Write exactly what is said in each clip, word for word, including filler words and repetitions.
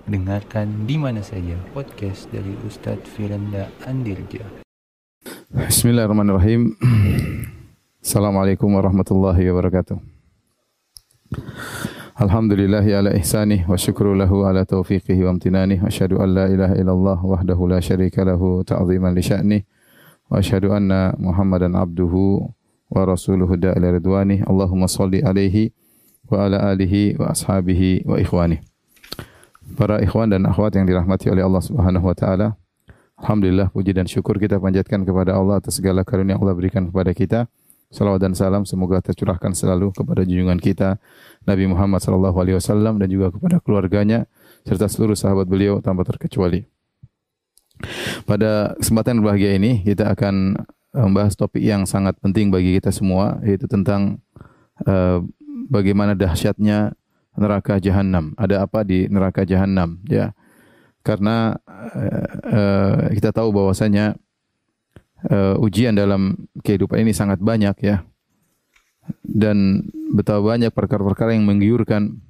Dengarkan di mana saja podcast dari Ustadz Firanda Andirja. Bismillahirrahmanirrahim. Assalamualaikum warahmatullahi wabarakatuh. Alhamdulillahi ala ihsanih wa syukru lahu ala taufiqihi wa amtinanih. Wa asyhadu an la ilaha illallah wahdahu la syarika lahu ta'ziman li sya'nih. Wa asyhadu anna Muhammadan abduhu wa rasuluhu da'ila ridwanih. Allahumma salli alaihi wa ala alihi wa ashabihi wa ikhwanih. Para ikhwan dan akhwat yang dirahmati oleh Allah Subhanahu wa taala. Alhamdulillah, puji dan syukur kita panjatkan kepada Allah atas segala karunia yang Allah berikan kepada kita. Salawat dan salam semoga tercurahkan selalu kepada junjungan kita Nabi Muhammad sallallahu alaihi wasallam dan juga kepada keluarganya serta seluruh sahabat beliau tanpa terkecuali. Pada kesempatan berbahagia ini kita akan membahas topik yang sangat penting bagi kita semua, yaitu tentang uh, bagaimana dahsyatnya neraka jahanam. Ada apa di neraka jahanam, ya? Karena uh, uh, kita tahu bahwasanya uh, ujian dalam kehidupan ini sangat banyak, ya. Dan betapa banyak perkara-perkara yang menggiurkan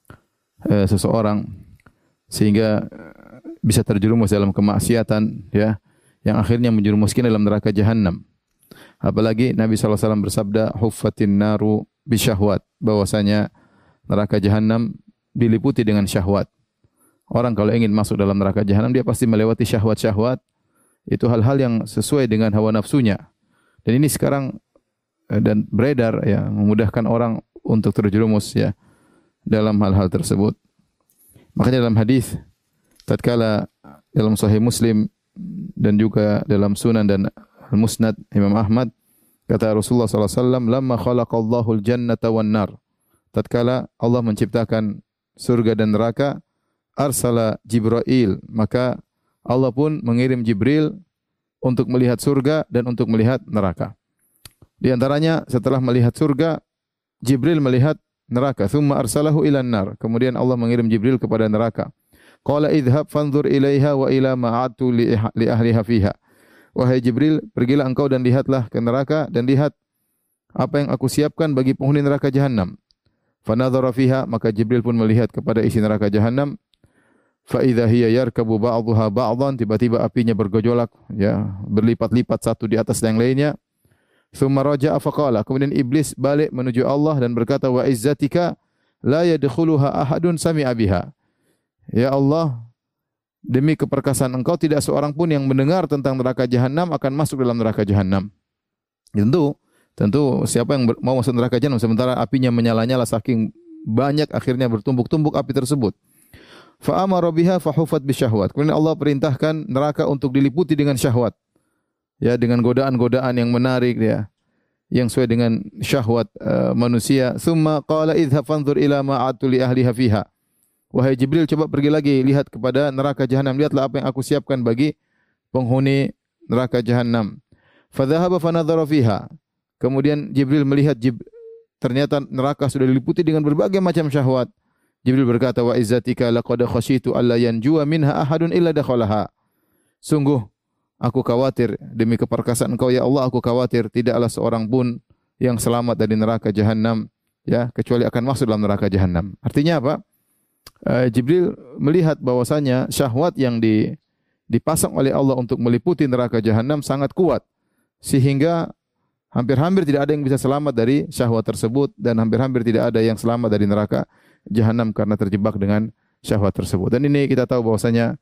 uh, seseorang sehingga bisa terjerumus dalam kemaksiatan, ya, yang akhirnya menjerumuskan dalam neraka jahanam. Apalagi Nabi sallallahu alaihi wasallam bersabda, "Huffatin naru bisyahwat," bahwasanya neraka jahanam diliputi dengan syahwat. Orang kalau ingin masuk dalam neraka jahanam dia pasti melewati syahwat-syahwat. Itu hal-hal yang sesuai dengan hawa nafsunya. Dan ini sekarang dan beredar, ya, memudahkan orang untuk terjerumus, ya, dalam hal-hal tersebut. Makanya dalam hadis tatkala dalam Sahih Muslim dan juga dalam Sunan dan Musnad Imam Ahmad, kata Rasulullah sallallahu alaihi wasallam, "Lamma khalaqallahu al-jannata wan nar." Tatkala Allah menciptakan surga dan neraka, arsala Jibril, maka Allah pun mengirim Jibril untuk melihat surga dan untuk melihat neraka. Di antaranya setelah melihat surga, Jibril melihat neraka, thumma arsalahu ilan nar. Kemudian Allah mengirim Jibril kepada neraka. Qala idhhab fanzur ilaiha wa ila ma'atu li ahliha fiha. Wahai Jibril, pergilah engkau dan lihatlah ke neraka dan lihat apa yang aku siapkan bagi penghuni neraka jahanam. Fanadhara fiha, maka Jibril pun melihat kepada isi neraka jahanam. Fa idza hiya yarkabu ba'dhuha ba'dhan, tiba-tiba apinya bergejolak, ya, berlipat-lipat satu di atas yang lainnya. Tsumma raja'a faqala, kemudian iblis balik menuju Allah dan berkata, wa izzatika la yadkhuluha ahadun sami'a biha. Ya Allah, demi keperkasaan engkau tidak seorang pun yang mendengar tentang neraka jahanam akan masuk dalam neraka jahanam. Tentu Tentu siapa yang mau masuk neraka jahanam sementara apinya menyala-nyala saking banyak akhirnya bertumbuk-tumbuk api tersebut. Fa amara biha fa hufat bisyahwat. Kemudian Allah perintahkan neraka untuk diliputi dengan syahwat. Ya, dengan godaan-godaan yang menarik, ya, yang sesuai dengan syahwat uh, manusia. Tsumma qala idhhab fanzur ila ma atu li ahliha fiha. Wahai Jibril, coba pergi lagi lihat kepada neraka jahanam, lihatlah apa yang aku siapkan bagi penghuni neraka jahanam. Fa dhahaba fa nadhara fiha. Kemudian Jibril melihat Jib, ternyata neraka sudah diliputi dengan berbagai macam syahwat. Jibril berkata, wa izzatika laqad khasyitu alla yanjuwa minha ahadun illa dakhalaha. Sungguh aku khawatir demi keperkasaan engkau ya Allah, aku khawatir tidaklah seorang pun yang selamat dari neraka jahanam, ya, kecuali akan masuk dalam neraka jahanam. Artinya apa? Uh, Jibril melihat bahwasanya syahwat yang di, dipasang oleh Allah untuk meliputi neraka jahanam sangat kuat, sehingga hampir-hampir tidak ada yang bisa selamat dari syahwat tersebut dan hampir-hampir tidak ada yang selamat dari neraka jahanam karena terjebak dengan syahwat tersebut. Dan ini kita tahu bahwasanya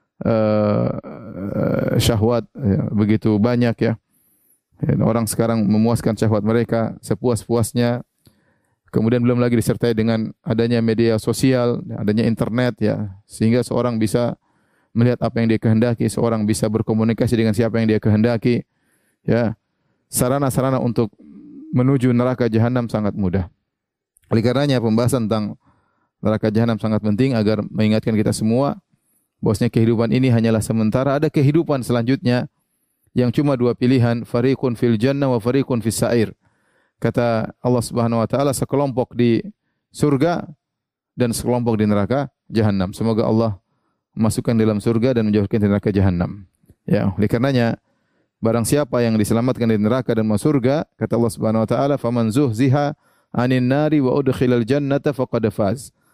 uh, uh, syahwat, ya, begitu banyak, ya. Dan orang sekarang memuaskan syahwat mereka sepuas-puasnya. Kemudian belum lagi disertai dengan adanya media sosial, adanya internet, ya, sehingga seorang bisa melihat apa yang dia kehendaki, seorang bisa berkomunikasi dengan siapa yang dia kehendaki, ya. Sarana-sarana untuk menuju neraka jahanam sangat mudah. Oleh karenanya pembahasan tentang neraka jahanam sangat penting agar mengingatkan kita semua bahwasanya kehidupan ini hanyalah sementara, ada kehidupan selanjutnya yang cuma dua pilihan, fariqun fil jannah wa fariqun fis sa'ir. Kata Allah Subhanahu wa taala, sekelompok di surga dan sekelompok di neraka jahanam. Semoga Allah memasukkan dalam surga dan menjauhkan dari neraka jahanam. Ya, oleh karenanya barang siapa yang diselamatkan dari neraka dan masuk surga, kata Allah Subhanahu wa taala, "Faman zuhziha 'anil nari wa udkhilal jannata faqad faz."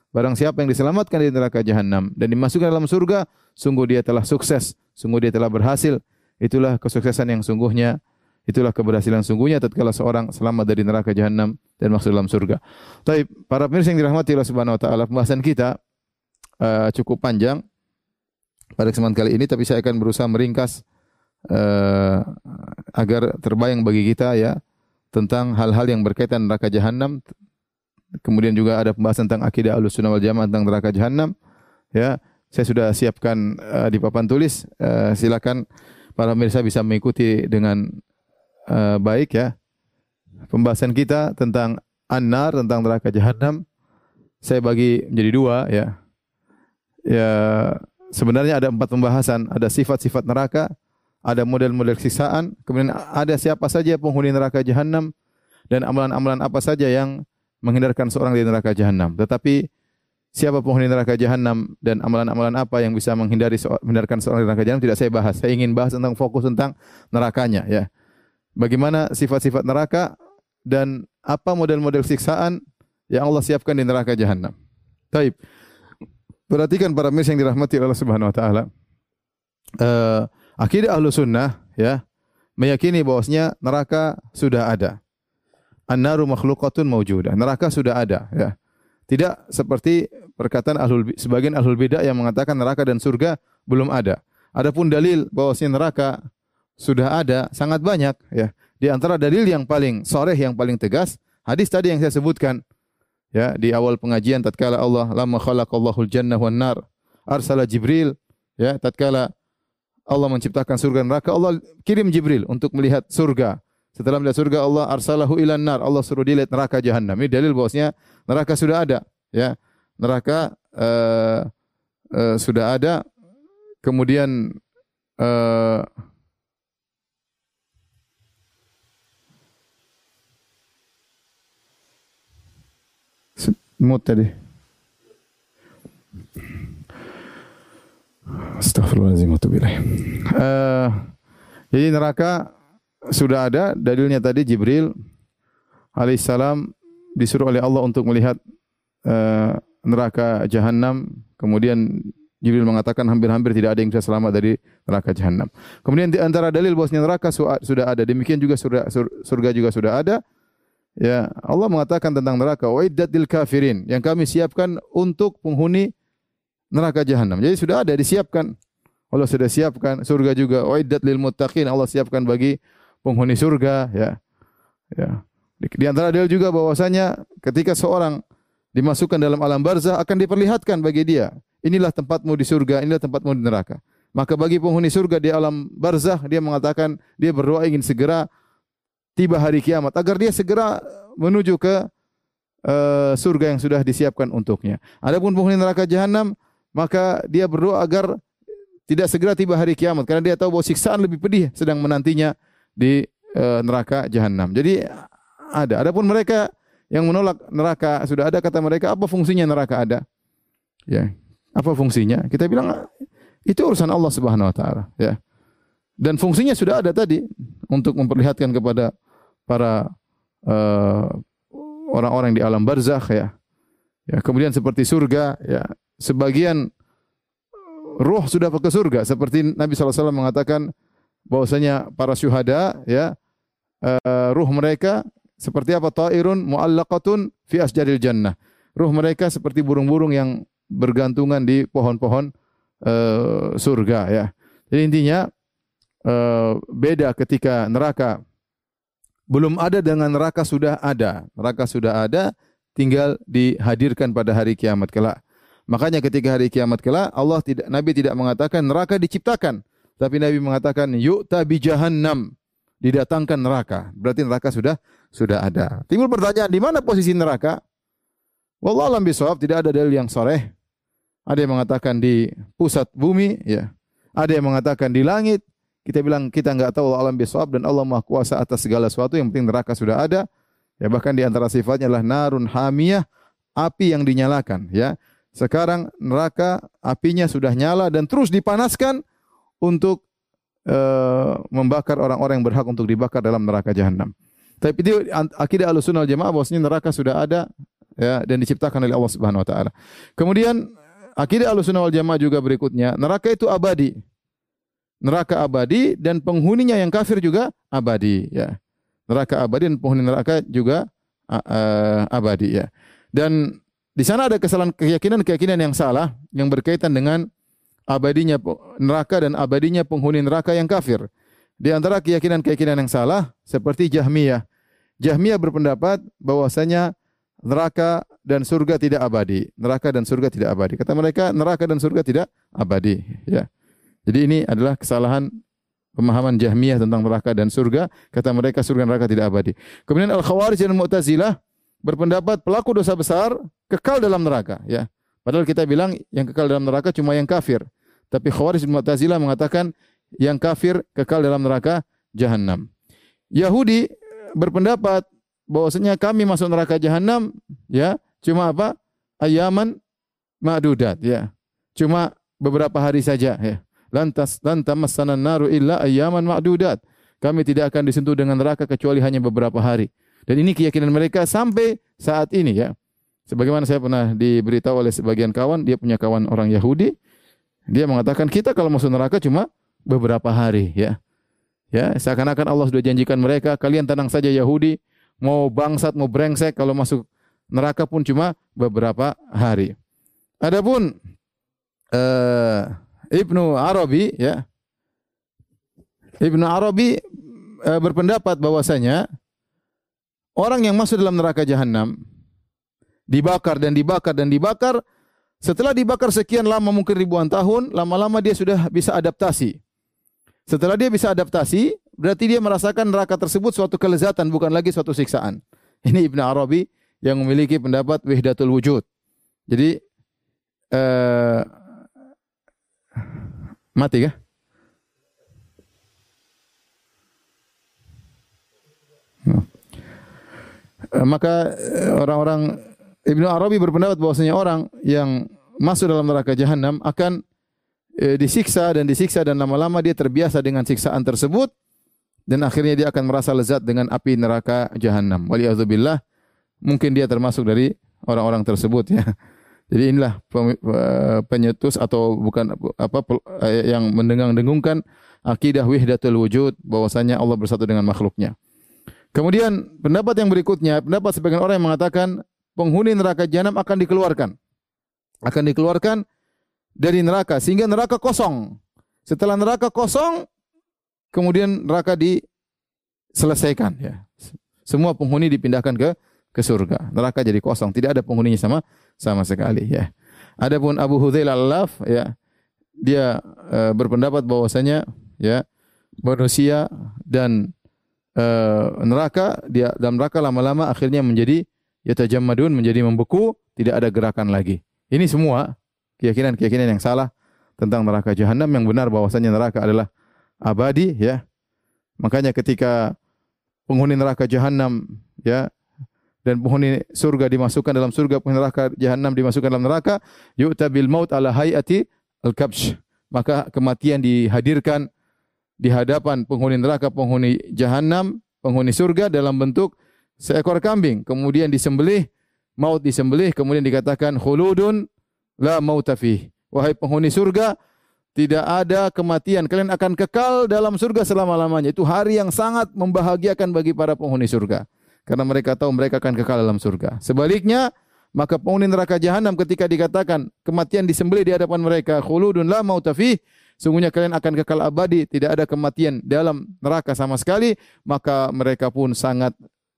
Barang siapa yang diselamatkan dari neraka jahanam dan dimasukkan dalam surga, sungguh dia telah sukses, sungguh dia telah berhasil. Itulah kesuksesan yang sungguhnya, itulah keberhasilan sungguhnya tatkala seorang selamat dari neraka jahanam dan masuk dalam surga. Baik, para pemirsa yang dirahmati Allah Subhanahu wa taala, pembahasan kita uh, cukup panjang pada kesempatan kali ini, tapi saya akan berusaha meringkas uh, agar terbayang bagi kita ya tentang hal-hal yang berkaitan neraka jahanam. Kemudian juga ada pembahasan tentang akidah Ahlussunnah wal Jamaah tentang neraka jahanam. Ya, saya sudah siapkan uh, di papan tulis. Uh, silakan para pemirsa bisa mengikuti dengan uh, baik ya. Pembahasan kita tentang an-nar, tentang neraka jahanam, saya bagi menjadi dua ya. Ya, sebenarnya ada empat pembahasan. Ada sifat-sifat neraka, ada model-model siksaan, kemudian ada siapa saja penghuni neraka jahanam dan amalan-amalan apa saja yang menghindarkan seorang dari neraka jahanam. Tetapi siapa penghuni neraka jahanam dan amalan-amalan apa yang bisa menghindari menghindarkan seorang dari neraka jahanam tidak saya bahas. Saya ingin bahas tentang fokus tentang nerakanya ya. Bagaimana sifat-sifat neraka dan apa model-model siksaan yang Allah siapkan di neraka jahanam. Baik. Perhatikan para pemirsa yang dirahmati Allah Subhanahu wa taala. Uh, akidah Ahlussunnah ya meyakini bahwasanya neraka sudah ada. An-naru makhluqatun mawjudah. Neraka sudah ada ya. Tidak seperti perkataan ahlul sebagian ahlul bidah yang mengatakan neraka dan surga belum ada. Adapun dalil bahwasanya neraka sudah ada sangat banyak ya. Di antara dalil yang paling sharih yang paling tegas hadis tadi yang saya sebutkan ya di awal pengajian tatkala Allah lamma khalaqallahu al-jannah wan nar arsala Jibril ya tatkala Allah menciptakan surga dan neraka Allah kirim Jibril untuk melihat surga. Setelah melihat surga Allah arsalahu ilan nar, Allah suruh dia lihat neraka jahanam. Ini dalil bahwasanya neraka sudah ada, ya. Neraka uh, uh, sudah ada. Kemudian uh, mut tadi. Astaghfirullahaladzim wa atubu ilaih. Uh, jadi neraka sudah ada, dalilnya tadi Jibril alaihissalam disuruh oleh Allah untuk melihat uh, neraka jahanam. Kemudian Jibril mengatakan hampir-hampir tidak ada yang bisa selamat dari neraka jahanam. Kemudian di antara dalil bahwasanya neraka sudah ada, demikian juga surga, surga juga sudah ada. Ya, Allah mengatakan tentang neraka, "Uiddat lil kafirin," yang kami siapkan untuk penghuni neraka jahanam. Jadi sudah ada, disiapkan. Allah sudah siapkan. Surga juga, "Uiddat lil muttaqin," Allah siapkan bagi penghuni surga, ya. Ya. Di, di antara dalil juga bahwasanya ketika seorang dimasukkan dalam alam barzah akan diperlihatkan bagi dia, inilah tempatmu di surga, inilah tempatmu di neraka. Maka bagi penghuni surga di alam barzah dia mengatakan dia berdoa ingin segera tiba hari kiamat agar dia segera menuju ke uh, surga yang sudah disiapkan untuknya. Adapun penghuni neraka jahanam maka dia berdoa agar tidak segera tiba hari kiamat karena dia tahu bahwa siksaan lebih pedih sedang menantinya di uh, neraka jahanam. Jadi ada. Adapun mereka yang menolak neraka sudah ada, kata mereka, apa fungsinya neraka ada? Ya, apa fungsinya? Kita bilang itu urusan Allah Subhanahu wa taala, ya. Dan fungsinya sudah ada tadi untuk memperlihatkan kepada para uh, orang-orang di alam barzakh, ya. Ya, kemudian seperti surga, ya, sebagian ruh sudah ke surga seperti Nabi sallallahu alaihi wasallam mengatakan bahwasanya para syuhada, ya, uh, ruh mereka seperti apa? Ta'irun mu'allaqatun fi asjaril jannah. Ruh mereka seperti burung-burung yang bergantungan di pohon-pohon uh, surga, ya. Jadi intinya uh, beda ketika neraka belum ada dengan neraka sudah ada. Neraka sudah ada, tinggal dihadirkan pada hari kiamat kelak. Makanya ketika hari kiamat kelak Allah tidak Nabi tidak mengatakan neraka diciptakan, tapi Nabi mengatakan yu'ta bi jahannam, didatangkan neraka. Berarti neraka sudah sudah ada. Timbul pertanyaan, di mana posisi neraka? Wallahu a'lam bishawab, tidak ada dalil yang shareh. Ada yang mengatakan di pusat bumi, ya. Ada yang mengatakan di langit. Kita bilang kita enggak tahu, wallahu a'lam bishawab, dan Allah Maha Kuasa atas segala sesuatu. Yang penting neraka sudah ada. Ya, bahkan di antara sifatnya adalah narun hamiyah, api yang dinyalakan, ya. Sekarang neraka apinya sudah nyala dan terus dipanaskan untuk uh, membakar orang-orang yang berhak untuk dibakar dalam neraka jahanam. Tapi itu akidah Ahlussunnah wal Jamaah bahwasanya neraka sudah ada, ya, dan diciptakan oleh Allah Subhanahu wa taala. Kemudian akidah Ahlussunnah wal Jamaah juga berikutnya, neraka itu abadi. Neraka abadi dan penghuninya yang kafir juga abadi, ya. Neraka abadi dan penghuni neraka juga uh, abadi, ya. Dan di sana ada kesalahan keyakinan-keyakinan yang salah yang berkaitan dengan abadinya neraka dan abadinya penghuni neraka yang kafir. Di antara keyakinan-keyakinan yang salah seperti Jahmiyah. Jahmiyah berpendapat bahwasanya neraka dan surga tidak abadi. Neraka dan surga tidak abadi. Kata mereka neraka dan surga tidak abadi, ya. Jadi ini adalah kesalahan pemahaman Jahmiyah tentang neraka dan surga. Kata mereka surga dan neraka tidak abadi. Kemudian Al-Khawarij dan Mu'tazilah berpendapat pelaku dosa besar kekal dalam neraka, ya. Padahal kita bilang yang kekal dalam neraka cuma yang kafir. Tapi Khawarij dan Mu'tazilah mengatakan yang kafir kekal dalam neraka Jahannam. Yahudi berpendapat bahwasanya kami masuk neraka Jahannam, ya, cuma apa? Ayaman ma'dudat, ya. Cuma beberapa hari saja, ya. Lantas lantamassanan naru illa ayyaman ma'dudat. Kami tidak akan disentuh dengan neraka kecuali hanya beberapa hari. Dan ini keyakinan mereka sampai saat ini, ya. Sebagaimana saya pernah diberitahu oleh sebagian kawan, dia punya kawan orang Yahudi, dia mengatakan kita kalau masuk neraka cuma beberapa hari, ya. Ya, seakan-akan Allah sudah janjikan mereka, kalian tenang saja Yahudi, mau bangsat mau brengsek kalau masuk neraka pun cuma beberapa hari. Adapun uh, Ibnu Arabi, ya. Ibnu Arabi e, berpendapat bahwasanya orang yang masuk dalam neraka Jahannam dibakar dan dibakar dan dibakar, setelah dibakar sekian lama mungkin ribuan tahun, lama-lama dia sudah bisa adaptasi. Setelah dia bisa adaptasi, berarti dia merasakan neraka tersebut suatu kelezatan, bukan lagi suatu siksaan. Ini Ibnu Arabi yang memiliki pendapat wahdatul wujud. Jadi eh mati kah? Maka orang-orang Ibnu Arabi berpendapat bahwasanya orang yang masuk dalam neraka Jahannam akan e, disiksa dan disiksa dan lama-lama dia terbiasa dengan siksaan tersebut dan akhirnya dia akan merasa lezat dengan api neraka Jahannam. Waliyadzubillah, mungkin dia termasuk dari orang-orang tersebut, ya. Jadi inilah penyetus atau bukan apa yang mendengung-dengungkan akidah wahdatul wujud, bahwasanya Allah bersatu dengan makhluknya. Kemudian pendapat yang berikutnya, pendapat sebagian orang yang mengatakan penghuni neraka Jahannam akan dikeluarkan. Akan dikeluarkan dari neraka sehingga neraka kosong. Setelah neraka kosong, kemudian neraka diselesaikan, ya. Semua penghuni dipindahkan ke ke surga. Neraka jadi kosong, tidak ada penghuninya sama sama sekali, ya. Adapun Abu Hudzail Al-Laf, ya, dia e, berpendapat bahwasanya, ya, manusia dan e, neraka, dia dalam neraka lama-lama akhirnya menjadi yatajammadun, menjadi membeku, tidak ada gerakan lagi. Ini semua keyakinan-keyakinan yang salah tentang neraka Jahannam. Yang benar bahwasanya neraka adalah abadi, ya. Makanya ketika penghuni neraka Jahannam, ya, dan penghuni surga dimasukkan dalam surga, penghuni neraka Jahannam dimasukkan dalam neraka, yu'ta bil maut ala hayati al-kabsh. Maka kematian dihadirkan di hadapan penghuni neraka, penghuni Jahannam, penghuni surga dalam bentuk seekor kambing. Kemudian disembelih, maut disembelih, kemudian dikatakan khuludun la mauta fih. Wahai penghuni surga, tidak ada kematian, kalian akan kekal dalam surga selama-lamanya. Itu hari yang sangat membahagiakan bagi para penghuni surga, karena mereka tahu mereka akan kekal dalam surga. Sebaliknya, maka penghuni neraka Jahannam ketika dikatakan kematian disembelih di hadapan mereka, khuludun la mauta fih, sungguhnya kalian akan kekal abadi, tidak ada kematian dalam neraka sama sekali, maka mereka pun sangat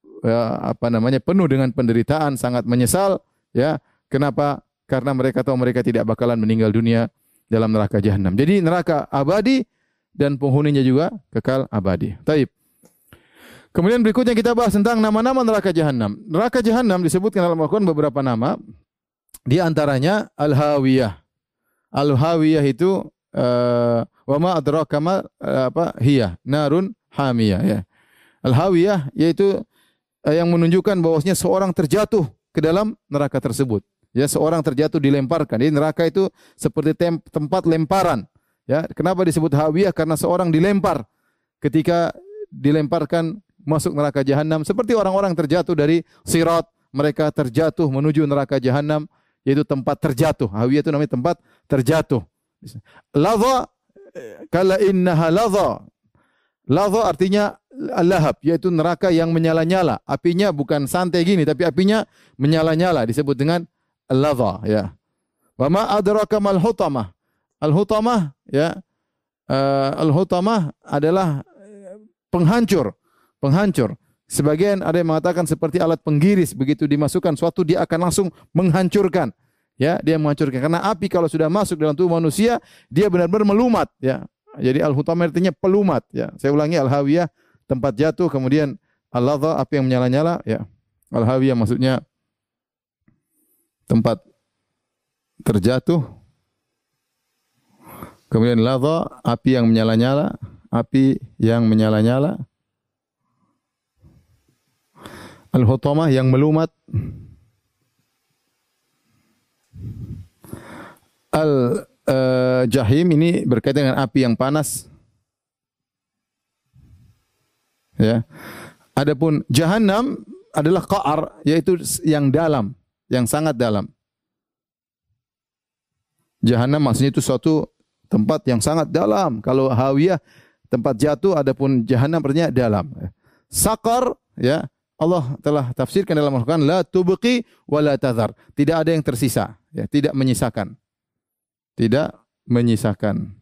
ya, apa namanya penuh dengan penderitaan, sangat menyesal, ya. Kenapa? Karena mereka tahu mereka tidak bakalan meninggal dunia dalam neraka Jahannam. Jadi neraka abadi dan penghuninya juga kekal abadi. Taib. Kemudian berikutnya kita bahas tentang nama-nama neraka Jahannam. Neraka Jahannam disebutkan dalam Al-Quran beberapa nama. Di antaranya Al-Hawiyah. Al-Hawiyah itu uh, wa ma adraka ma uh, apa hiya narun hamiyah, ya. Al-Hawiyah yaitu uh, yang menunjukkan bahwasanya seorang terjatuh ke dalam neraka tersebut. Ya, seorang terjatuh dilemparkan. Jadi neraka itu seperti tem- tempat lemparan. Ya, kenapa disebut Hawiyah? Karena seorang dilempar ketika dilemparkan masuk neraka Jahannam, seperti orang-orang terjatuh dari Sirat mereka terjatuh menuju neraka jahanam, yaitu tempat terjatuh. Hawiyah itu namanya tempat terjatuh. Ladha, kala innaha ladha. Ladha artinya lahab, yaitu neraka yang menyala-nyala. Apinya bukan santai gini, tapi apinya menyala-nyala, disebut dengan ladha, ya. Wa ma adraka mal hutamah. Al-hutamah, ya. Uh, al-hutamah adalah penghancur, penghancur. Sebagian ada yang mengatakan seperti alat penggiris, begitu dimasukkan suatu dia akan langsung menghancurkan. Ya, dia menghancurkan. Karena api kalau sudah masuk dalam tubuh manusia, dia benar-benar melumat, ya. Jadi al-hutamah artinya pelumat, ya. Saya ulangi, al-hawiyah tempat jatuh, kemudian al-ladha api yang menyala-nyala, ya. Al-hawiyah maksudnya tempat terjatuh. Kemudian ladha api yang menyala-nyala, api yang menyala-nyala. Al-hutamah yang melumat. Al Uh, jahim ini berkaitan dengan api yang panas. Ya. Adapun jahannam adalah qa'ar, yaitu yang dalam, yang sangat dalam. Jahannam maksudnya itu suatu tempat yang sangat dalam. Kalau hawiyah tempat jatuh, adapun jahannam artinya dalam. Saqar, ya, Allah telah tafsirkan dalam Al-Qur'an, la tubqi wa la tadhar. Tidak ada yang tersisa, ya, tidak menyisakan. Tidak menyisakan.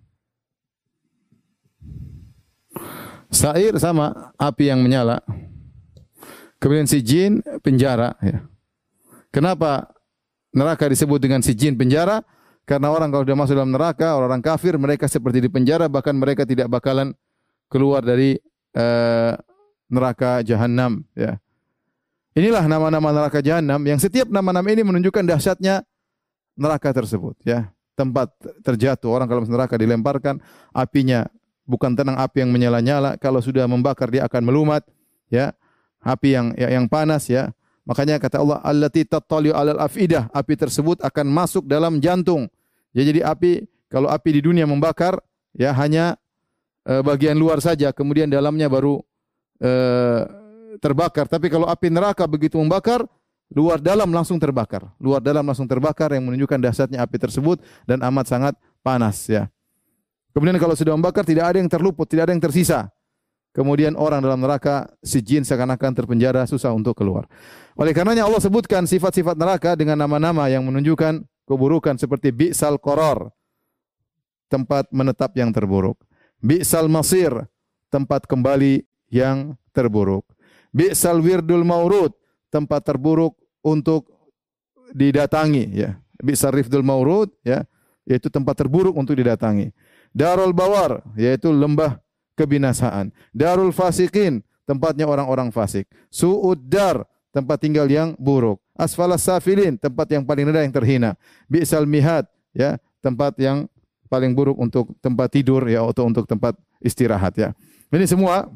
Sa'ir sama api yang menyala. Kemudian sijin penjara. Ya. Kenapa neraka disebut dengan sijin penjara? Karena orang kalau sudah masuk dalam neraka, orang-orang kafir, mereka seperti di penjara, bahkan mereka tidak bakalan keluar dari uh, neraka jahanam. Ya. Inilah nama-nama neraka jahanam yang setiap nama-nama ini menunjukkan dahsyatnya neraka tersebut. Ya. Tempat terjatuh, orang kalau masuk neraka dilemparkan, apinya bukan tenang api yang menyala-nyala, kalau sudah membakar dia akan melumat, ya. Api yang yang panas, ya. Makanya kata Allah, allati tattali'u 'alal afidah, api tersebut akan masuk dalam jantung. Ya, jadi api, kalau api di dunia membakar, ya hanya e, bagian luar saja, kemudian dalamnya baru e, terbakar. Tapi kalau api neraka begitu membakar, luar dalam langsung terbakar. Luar dalam langsung terbakar yang menunjukkan dahsyatnya api tersebut dan amat sangat panas, ya. Kemudian kalau sudah membakar tidak ada yang terluput, tidak ada yang tersisa. Kemudian orang dalam neraka sijin seakan-akan terpenjara, susah untuk keluar. Oleh karenanya Allah sebutkan sifat-sifat neraka dengan nama-nama yang menunjukkan keburukan seperti bi'sal qarar, tempat menetap yang terburuk. Bi'sal masir, tempat kembali yang terburuk. Bi'sal wirdul maurud, tempat terburuk untuk didatangi, ya. Bi'sal rifdul maurud, ya, yaitu tempat terburuk untuk didatangi. Darul bawar, yaitu lembah kebinasaan. Darul fasikin, tempatnya orang-orang fasik. Su'ud dar, tempat tinggal yang buruk. Asfalas safilin, tempat yang paling rendah yang terhina. Bi'sal mihad, ya, tempat yang paling buruk untuk tempat tidur, ya, atau untuk tempat istirahat, ya. Ini semua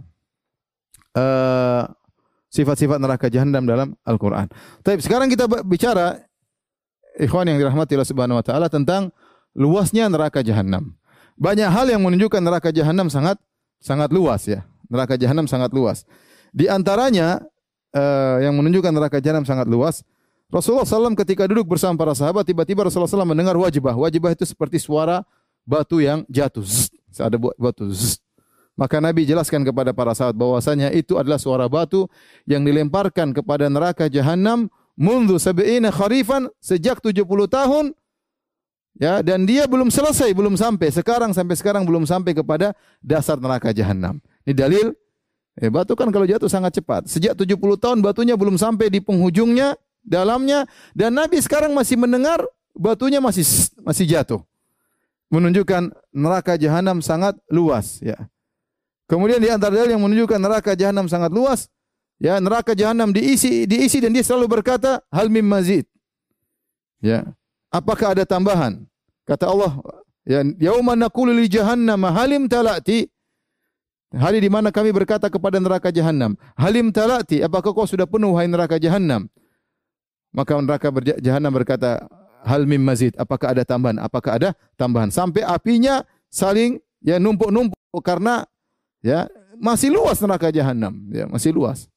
uh, sifat-sifat neraka jahanam dalam Al-Quran. Tapi sekarang kita bicara, ikhwan yang dirahmati Allah Subhanahu Wa Taala, tentang luasnya neraka jahanam. Banyak hal yang menunjukkan neraka jahanam sangat sangat luas, ya. Neraka jahanam sangat luas. Di antaranya uh, yang menunjukkan neraka jahanam sangat luas, Rasulullah shallallahu alaihi wasallam ketika duduk bersama para sahabat, tiba-tiba Rasulullah shallallahu alaihi wasallam mendengar wajibah. Wajibah itu seperti suara batu yang jatuh. Zzz, ada batu. Zzz. Maka Nabi jelaskan kepada para sahabat bahwasanya itu adalah suara batu yang dilemparkan kepada neraka jahanam mundu sab'ina kharifan, sejak tujuh puluh tahun. Ya, dan dia belum selesai, belum sampai. Sekarang sampai sekarang belum sampai kepada dasar neraka jahanam. Ini dalil, eh, batu kan kalau jatuh sangat cepat. Sejak tujuh puluh tahun batunya belum sampai di penghujungnya, dalamnya, dan Nabi sekarang masih mendengar batunya masih masih jatuh. Menunjukkan neraka jahanam sangat luas, ya. Kemudian di antara dalil yang menunjukkan neraka jahanam sangat luas, ya, neraka jahanam diisi diisi dan dia selalu berkata, hal mim mazid. Ya. Apakah ada tambahan? Kata Allah, ya, yauma naqulu li jahannam halim talati. Hari di mana kami berkata kepada neraka jahanam, halim talati, apakah kau sudah penuh wahai neraka jahanam? Maka neraka jahanam berkata, hal mim mazid, apakah ada tambahan? Apakah ada tambahan? Sampai apinya saling, ya, numpuk-numpuk karena, ya, masih luas neraka jahanam, ya, masih luas.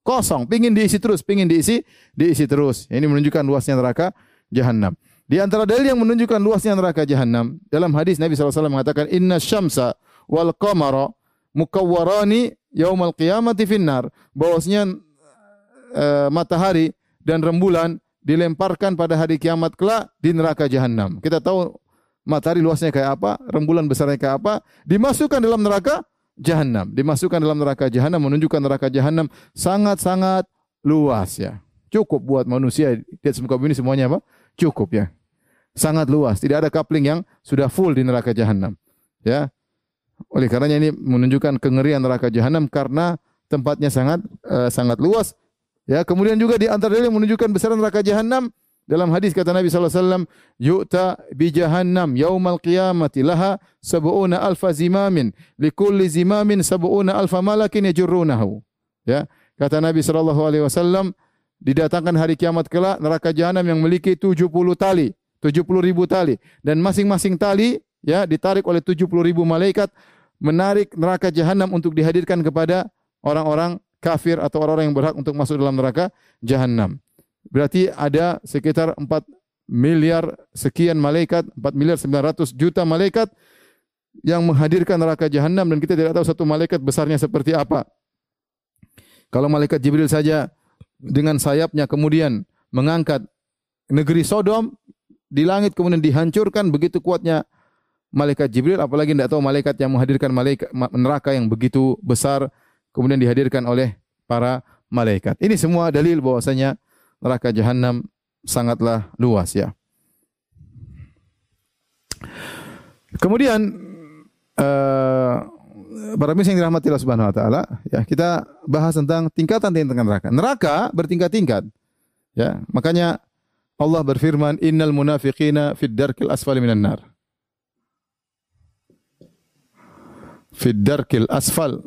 kosong, pingin diisi terus, pingin diisi, diisi terus. Ini menunjukkan luasnya neraka Jahannam. Di antara dalil yang menunjukkan luasnya neraka Jahannam, dalam hadis Nabi sallallahu alaihi wasallam mengatakan, Inna syamsa wal qamara mukawwarani yaumal qiyamati finnar. Bahwasanya uh, matahari dan rembulan dilemparkan pada hari kiamat kelak di neraka Jahannam. Kita tahu matahari luasnya kayak apa, rembulan besarnya kayak apa, dimasukkan dalam neraka Jahannam. Dimasukkan dalam neraka Jahannam menunjukkan neraka Jahannam sangat-sangat luas ya. Cukup buat manusia di atas muka bumi semuanya apa? Cukup ya. Sangat luas, tidak ada coupling yang sudah full di neraka Jahannam. Ya. Oleh karenanya ini menunjukkan kengerian neraka Jahannam karena tempatnya sangat uh, sangat luas. Ya, kemudian juga di antara dalil yang menunjukkan besaran neraka Jahannam dalam hadis kata Nabi sallallahu alaihi wasallam, "Yu'ta bi jahannam yaumal qiyamati laha sab'una alfa zimamin, likulli zimamin sab'una alfa malakin yajurrunahu." Ya, kata Nabi sallallahu alaihi wasallam, didatangkan hari kiamat kelak neraka Jahannam yang memiliki tujuh puluh tali, tujuh puluh ribu tali, dan masing-masing tali ya ditarik oleh tujuh puluh ribu malaikat menarik neraka Jahannam untuk dihadirkan kepada orang-orang kafir atau orang-orang yang berhak untuk masuk dalam neraka Jahannam. Berarti ada sekitar empat miliar sekian malaikat, empat miliar sembilan ratus juta malaikat yang menghadirkan neraka Jahannam, dan kita tidak tahu satu malaikat besarnya seperti apa. Kalau malaikat Jibril saja dengan sayapnya kemudian mengangkat negeri Sodom di langit kemudian dihancurkan, begitu kuatnya malaikat Jibril, apalagi tidak tahu malaikat yang menghadirkan malaikat neraka yang begitu besar kemudian dihadirkan oleh para malaikat. Ini semua dalil bahwasanya neraka Jahannam sangatlah luas ya. Kemudian uh, para pemirsa yang dirahmati Allah Subhanahu wa taala, ya, kita bahas tentang tingkatan-tingkatan neraka. Neraka bertingkat-tingkat. Ya, makanya Allah berfirman, "Innal munafiqina fid darkil asfali minan nar." Fid darkil asfal.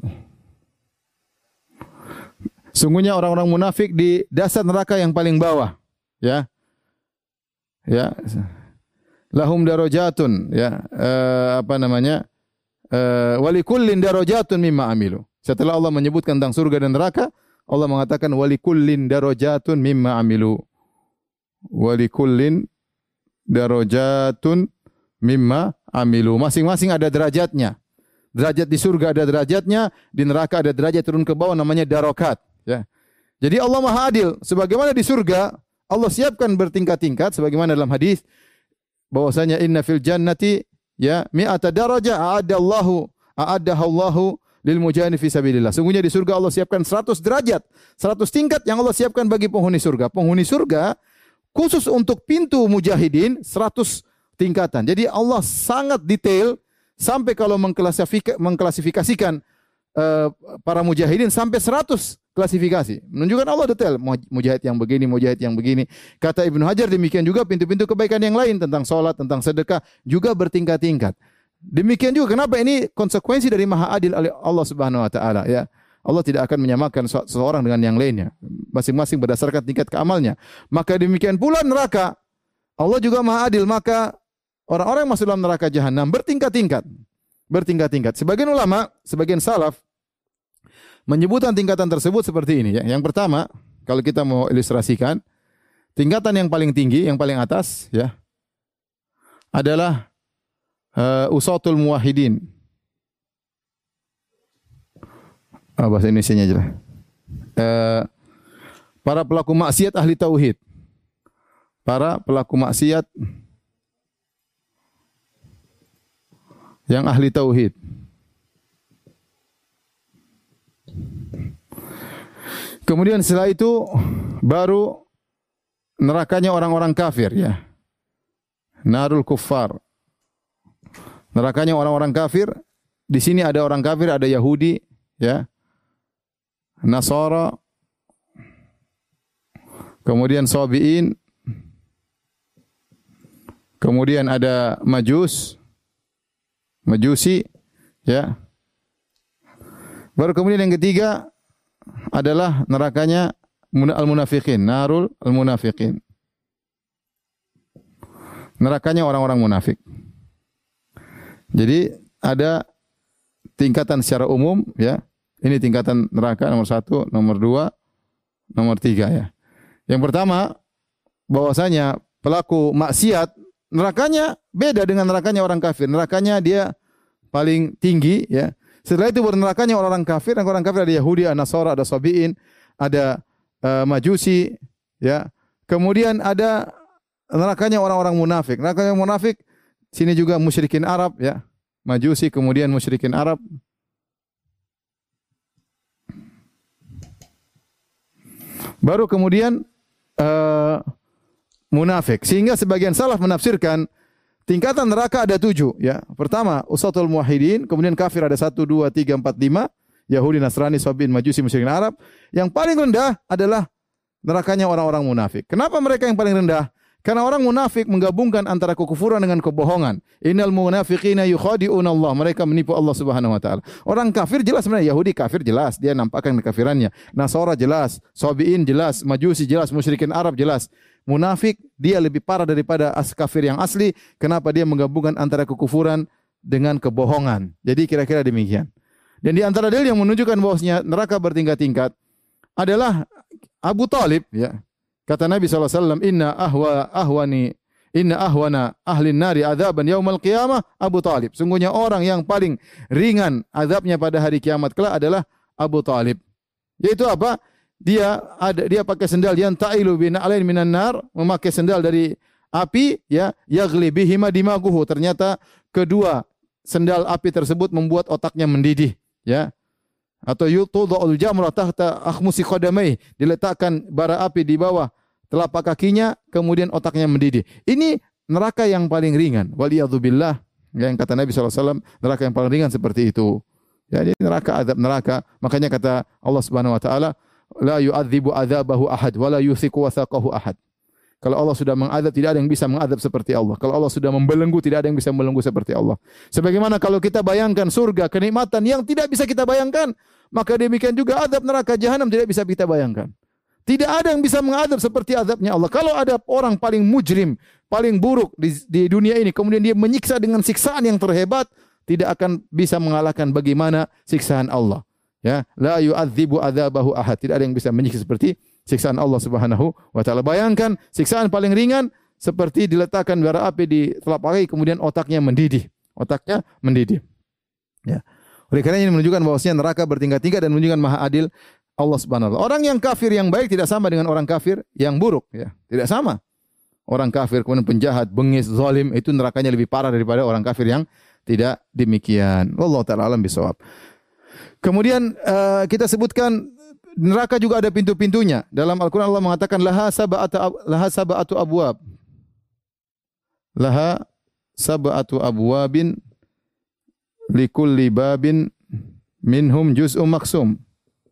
Sungguhnya orang-orang munafik di dasar neraka yang paling bawah, ya. Ya. Lahum darajatun, ya. Uh, apa namanya? Uh, walikullin darajatun mimma amilu. Setelah Allah menyebutkan tentang surga dan neraka, Allah mengatakan walikullin darajatun mimma amilu. Walikullin darajatun mimma amilu. Masing-masing ada derajatnya. Derajat di surga ada derajatnya, di neraka ada derajat turun ke bawah namanya darokat. Ya. Jadi Allah Maha Adil. Sebagaimana di surga Allah siapkan bertingkat-tingkat, sebagaimana dalam hadis bahwasanya inna fil jannati ya mi'ata darajah a'adallahu a'adahallahu lil mujahidin fi sabilillah. Sungguhnya di surga Allah siapkan seratus derajat, seratus tingkat yang Allah siapkan bagi penghuni surga. Penghuni surga khusus untuk pintu mujahidin seratus tingkatan. Jadi Allah sangat detail sampai kalau mengklasifika, mengklasifikasikan uh, para mujahidin sampai seratus klasifikasi. Menunjukkan Allah detail. Mujahid yang begini, mujahid yang begini. Kata Ibnu Hajar demikian juga pintu-pintu kebaikan yang lain tentang salat, tentang sedekah juga bertingkat-tingkat. Demikian juga kenapa ini konsekuensi dari Maha Adil Allah Subhanahu wa taala ya. Allah tidak akan menyamakan seseorang dengan yang lainnya. Masing-masing berdasarkan tingkat keamalnya. Maka demikian pula neraka. Allah juga Maha Adil, maka orang-orang yang masuk dalam neraka Jahannam bertingkat-tingkat. Bertingkat-tingkat. Sebagian ulama, sebagian salaf menyebutkan tingkatan tersebut seperti ini ya. Yang pertama, kalau kita mau ilustrasikan, tingkatan yang paling tinggi, yang paling atas ya adalah uh, usatul muwahhidin. Oh, bahasa Indonesianya jelas. Uh, para pelaku maksiat ahli tauhid. Para pelaku maksiat yang ahli tauhid. Kemudian setelah itu baru nerakanya orang-orang kafir ya. Narul kuffar. Nerakanya orang-orang kafir. Di sini ada orang kafir, ada Yahudi ya. Nasara. Kemudian Sabi'in. Kemudian ada Majus. Majusi ya. Baru kemudian yang ketiga adalah nerakanya al-munafiqin, narul al-munafiqin. Nerakanya orang-orang munafik. Jadi ada tingkatan secara umum ya. Ini tingkatan neraka nomor satu, nomor dua, Nomor tiga ya. Yang pertama, bahwasanya pelaku maksiat nerakanya beda dengan nerakanya orang kafir. Nerakanya dia paling tinggi ya. Setelah itu baru nerakanya orang kafir. Dan orang kafir ada Yahudi, ada Nasara, ada Sabi'in, ada uh, Majusi ya. Kemudian ada nerakanya orang-orang munafik. Nerakanya munafik sini juga musyrikin Arab ya. Majusi kemudian musyrikin Arab. Baru kemudian uh, munafik. Sehingga sebagian salaf menafsirkan tingkatan neraka ada tujuh. Ya. Pertama, usatul muwahhidin. Kemudian kafir ada satu, dua, tiga, empat, lima. Yahudi, Nasrani, Sabi'in, Majusi, musyrikin Arab. Yang paling rendah adalah nerakanya orang-orang munafik. Kenapa mereka yang paling rendah? Karena orang munafik menggabungkan antara kekufuran dengan kebohongan. Innal munafiqina yukhadi'una Allah. Mereka menipu Allah Subhanahu wa taala. Orang kafir jelas sebenarnya, Yahudi kafir jelas, dia nampakkan kekafirannya. Nasara jelas, Sabi'in jelas, Majusi jelas, musyrikin Arab jelas. Munafik dia lebih parah daripada as kafir yang asli. Kenapa? Dia menggabungkan antara kekufuran dengan kebohongan. Jadi kira-kira demikian. Dan di antara dalil yang menunjukkan bahwasanya neraka bertingkat-tingkat adalah Abu Talib ya. Kata Nabi sallallahu alaihi wasallam, "Inna ahwa ahwani inna ahwana ahli nari adzaban yaumal qiyamah Abu Talib." Sungguhnya orang yang paling ringan azabnya pada hari kiamat kelak adalah Abu Talib. Yaitu apa? Dia ada dia pakai sendal yang ta'ilu bina alain minan nar, memakai sendal dari api ya, yaghli bihima dimaguhu. Ternyata kedua sendal api tersebut membuat otaknya mendidih ya. Atau yutudul jamra tahta akhmusi qadamai, diletakkan bara api di bawah telapak kakinya, kemudian otaknya mendidih. Ini neraka yang paling ringan. Waliyadzubillah, yang kata Nabi sallallahu alaihi wasallam, neraka yang paling ringan seperti itu. Jadi neraka, azab neraka. Makanya kata Allah Subhanahu wa taala, la yu'adzibu adzabahu ahad wa la yuthiqu wathaqahu ahad. Kalau Allah sudah mengadab, tidak ada yang bisa mengadab seperti Allah. Kalau Allah sudah membelenggu, tidak ada yang bisa membelenggu seperti Allah. Sebagaimana kalau kita bayangkan surga, kenikmatan yang tidak bisa kita bayangkan, maka demikian juga adab neraka jahanam tidak bisa kita bayangkan. Tidak ada yang bisa mengadab seperti azabnya Allah. Kalau ada orang paling mujrim, paling buruk di, di dunia ini, kemudian dia menyiksa dengan siksaan yang terhebat, tidak akan bisa mengalahkan bagaimana siksaan Allah. Ya, la yu'adzibu adzabahu ahad. Tidak ada yang bisa menyiksa seperti siksaan Allah Subhanahu wa taala. Bayangkan siksaan paling ringan seperti diletakkan bara api di telapak kaki, kemudian otaknya mendidih. Otaknya mendidih. Ya. Oleh karena ini menunjukkan bahwasanya neraka bertingkat-tingkat dan menunjukkan maha adil Allah Subhanahu wa taala. Orang yang kafir yang baik tidak sama dengan orang kafir yang buruk, ya. Tidak sama. Orang kafir kemudian penjahat, bengis, zalim, itu nerakanya lebih parah daripada orang kafir yang tidak demikian. Wallahu taala alam bisawab. Kemudian uh, kita sebutkan neraka juga ada pintu-pintunya. Dalam Al-Qur'an Allah mengatakan laha sab'atu laha sab'atu abwab. Laha sab'atu abwabin likulli babin minhum juz'un maksum.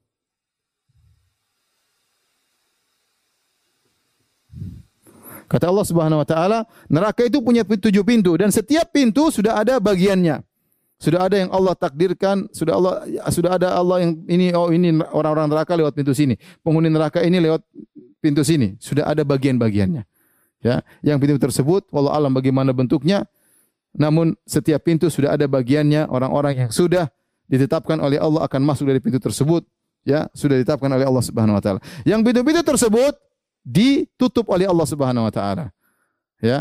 Kata Allah Subhanahu wa taala, neraka itu punya tujuh pintu dan setiap pintu sudah ada bagiannya. Sudah ada yang Allah takdirkan, sudah Allah sudah ada Allah yang ini oh ini orang-orang neraka lewat pintu sini. Penghuni neraka ini lewat pintu sini. Sudah ada bagian-bagiannya. Ya, yang pintu tersebut wallahu alam bagaimana bentuknya. Namun setiap pintu sudah ada bagiannya, orang-orang yang sudah ditetapkan oleh Allah akan masuk dari pintu tersebut, ya, sudah ditetapkan oleh Allah Subhanahu wa taala. Yang pintu-pintu tersebut ditutup oleh Allah Subhanahu wa taala. Ya.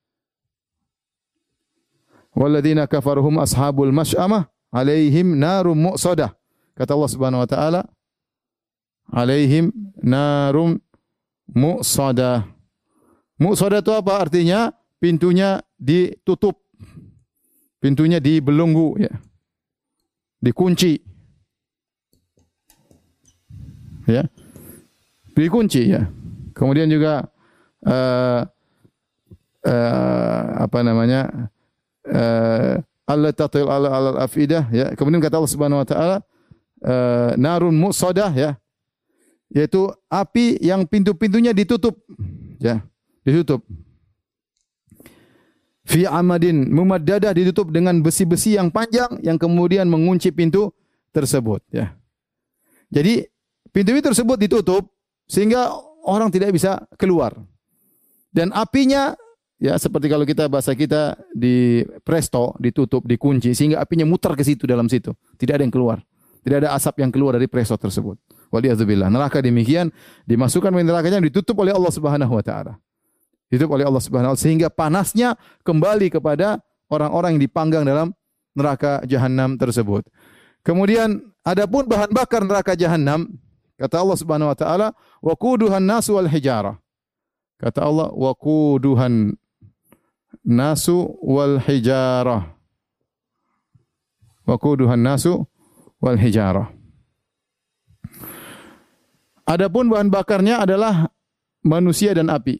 Walladzina kafaruhum ashabul masy'amah alaihim narum muqsadah. Kata Allah Subhanahu wa taala, alaihim narum muqsadah. Muqsadah itu apa artinya? Pintunya ditutup. Pintunya dibelenggu ya. Dikunci. Ya. Dikunci ya. Kemudian juga uh, uh, apa namanya? Uh, Allah tatil ala al afidah ya. Kemudian kata Allah Subhanahu wa taala uh, narun musadah ya. Yaitu api yang pintu-pintunya ditutup ya, ditutup. Fi amadin mumaddadah, ditutup dengan besi-besi yang panjang yang kemudian mengunci pintu tersebut ya. Jadi pintu-pintu tersebut ditutup sehingga orang tidak bisa keluar. Dan apinya ya seperti kalau kita bahasa kita di presto, ditutup, dikunci sehingga apinya mutar ke situ dalam situ. Tidak ada yang keluar. Tidak ada asap yang keluar dari presto tersebut. Waliyadzubillah. Neraka demikian dimasukkan ke nerakanya ditutup oleh Allah Subhanahu wa taala. Ditutup oleh Allah Subhanahu wa taala sehingga panasnya kembali kepada orang-orang yang dipanggang dalam neraka jahanam tersebut. Kemudian adapun bahan bakar neraka jahanam, kata Allah Subhanahu wa taala, waquduhan nasu wal hijarah. Kata Allah, waquduhan nasu wal hijarah. Waquduhan nasu wal hijarah. Adapun bahan bakarnya adalah manusia dan api.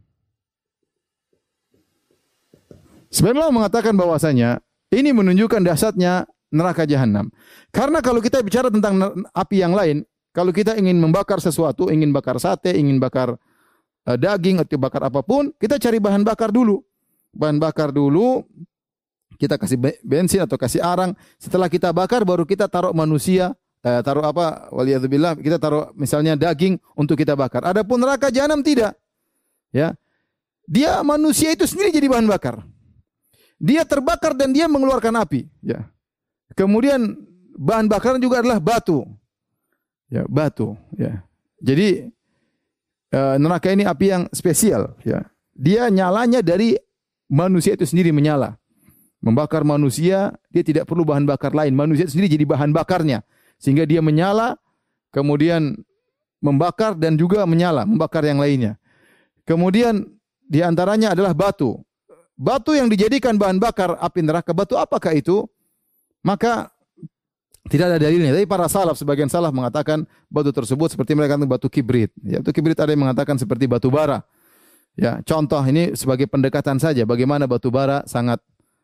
Sebenarnya mengatakan bahwasanya ini menunjukkan dahsyatnya neraka jahanam. Karena kalau kita bicara tentang api yang lain, kalau kita ingin membakar sesuatu, ingin bakar sate, ingin bakar uh, daging atau bakar apapun, kita cari bahan bakar dulu. Bahan bakar dulu, kita kasih bensin atau kasih arang. Setelah kita bakar, baru kita taruh manusia. Uh, taruh apa? Waliyadzubillah, kita taruh misalnya daging untuk kita bakar. Adapun neraka jahanam tidak. Ya. Dia manusia itu sendiri jadi bahan bakar. Dia terbakar dan dia mengeluarkan api, ya. Kemudian bahan bakar juga adalah batu. Ya, batu, ya. Jadi uh, neraka ini api yang spesial, ya. Dia nyalanya dari manusia itu sendiri menyala. Membakar manusia, dia tidak perlu bahan bakar lain. Manusia itu sendiri jadi bahan bakarnya. Sehingga dia menyala, kemudian membakar dan juga menyala, membakar yang lainnya. Kemudian di antaranya adalah batu. Batu yang dijadikan bahan bakar api neraka, batu apakah itu? Maka tidak ada dalilnya. Tapi para salaf, sebagian salaf mengatakan batu tersebut seperti mereka katakan batu kibrit. Ya, batu kibrit ada yang mengatakan seperti batu bara. Ya, contoh ini sebagai pendekatan saja bagaimana batu bara sangat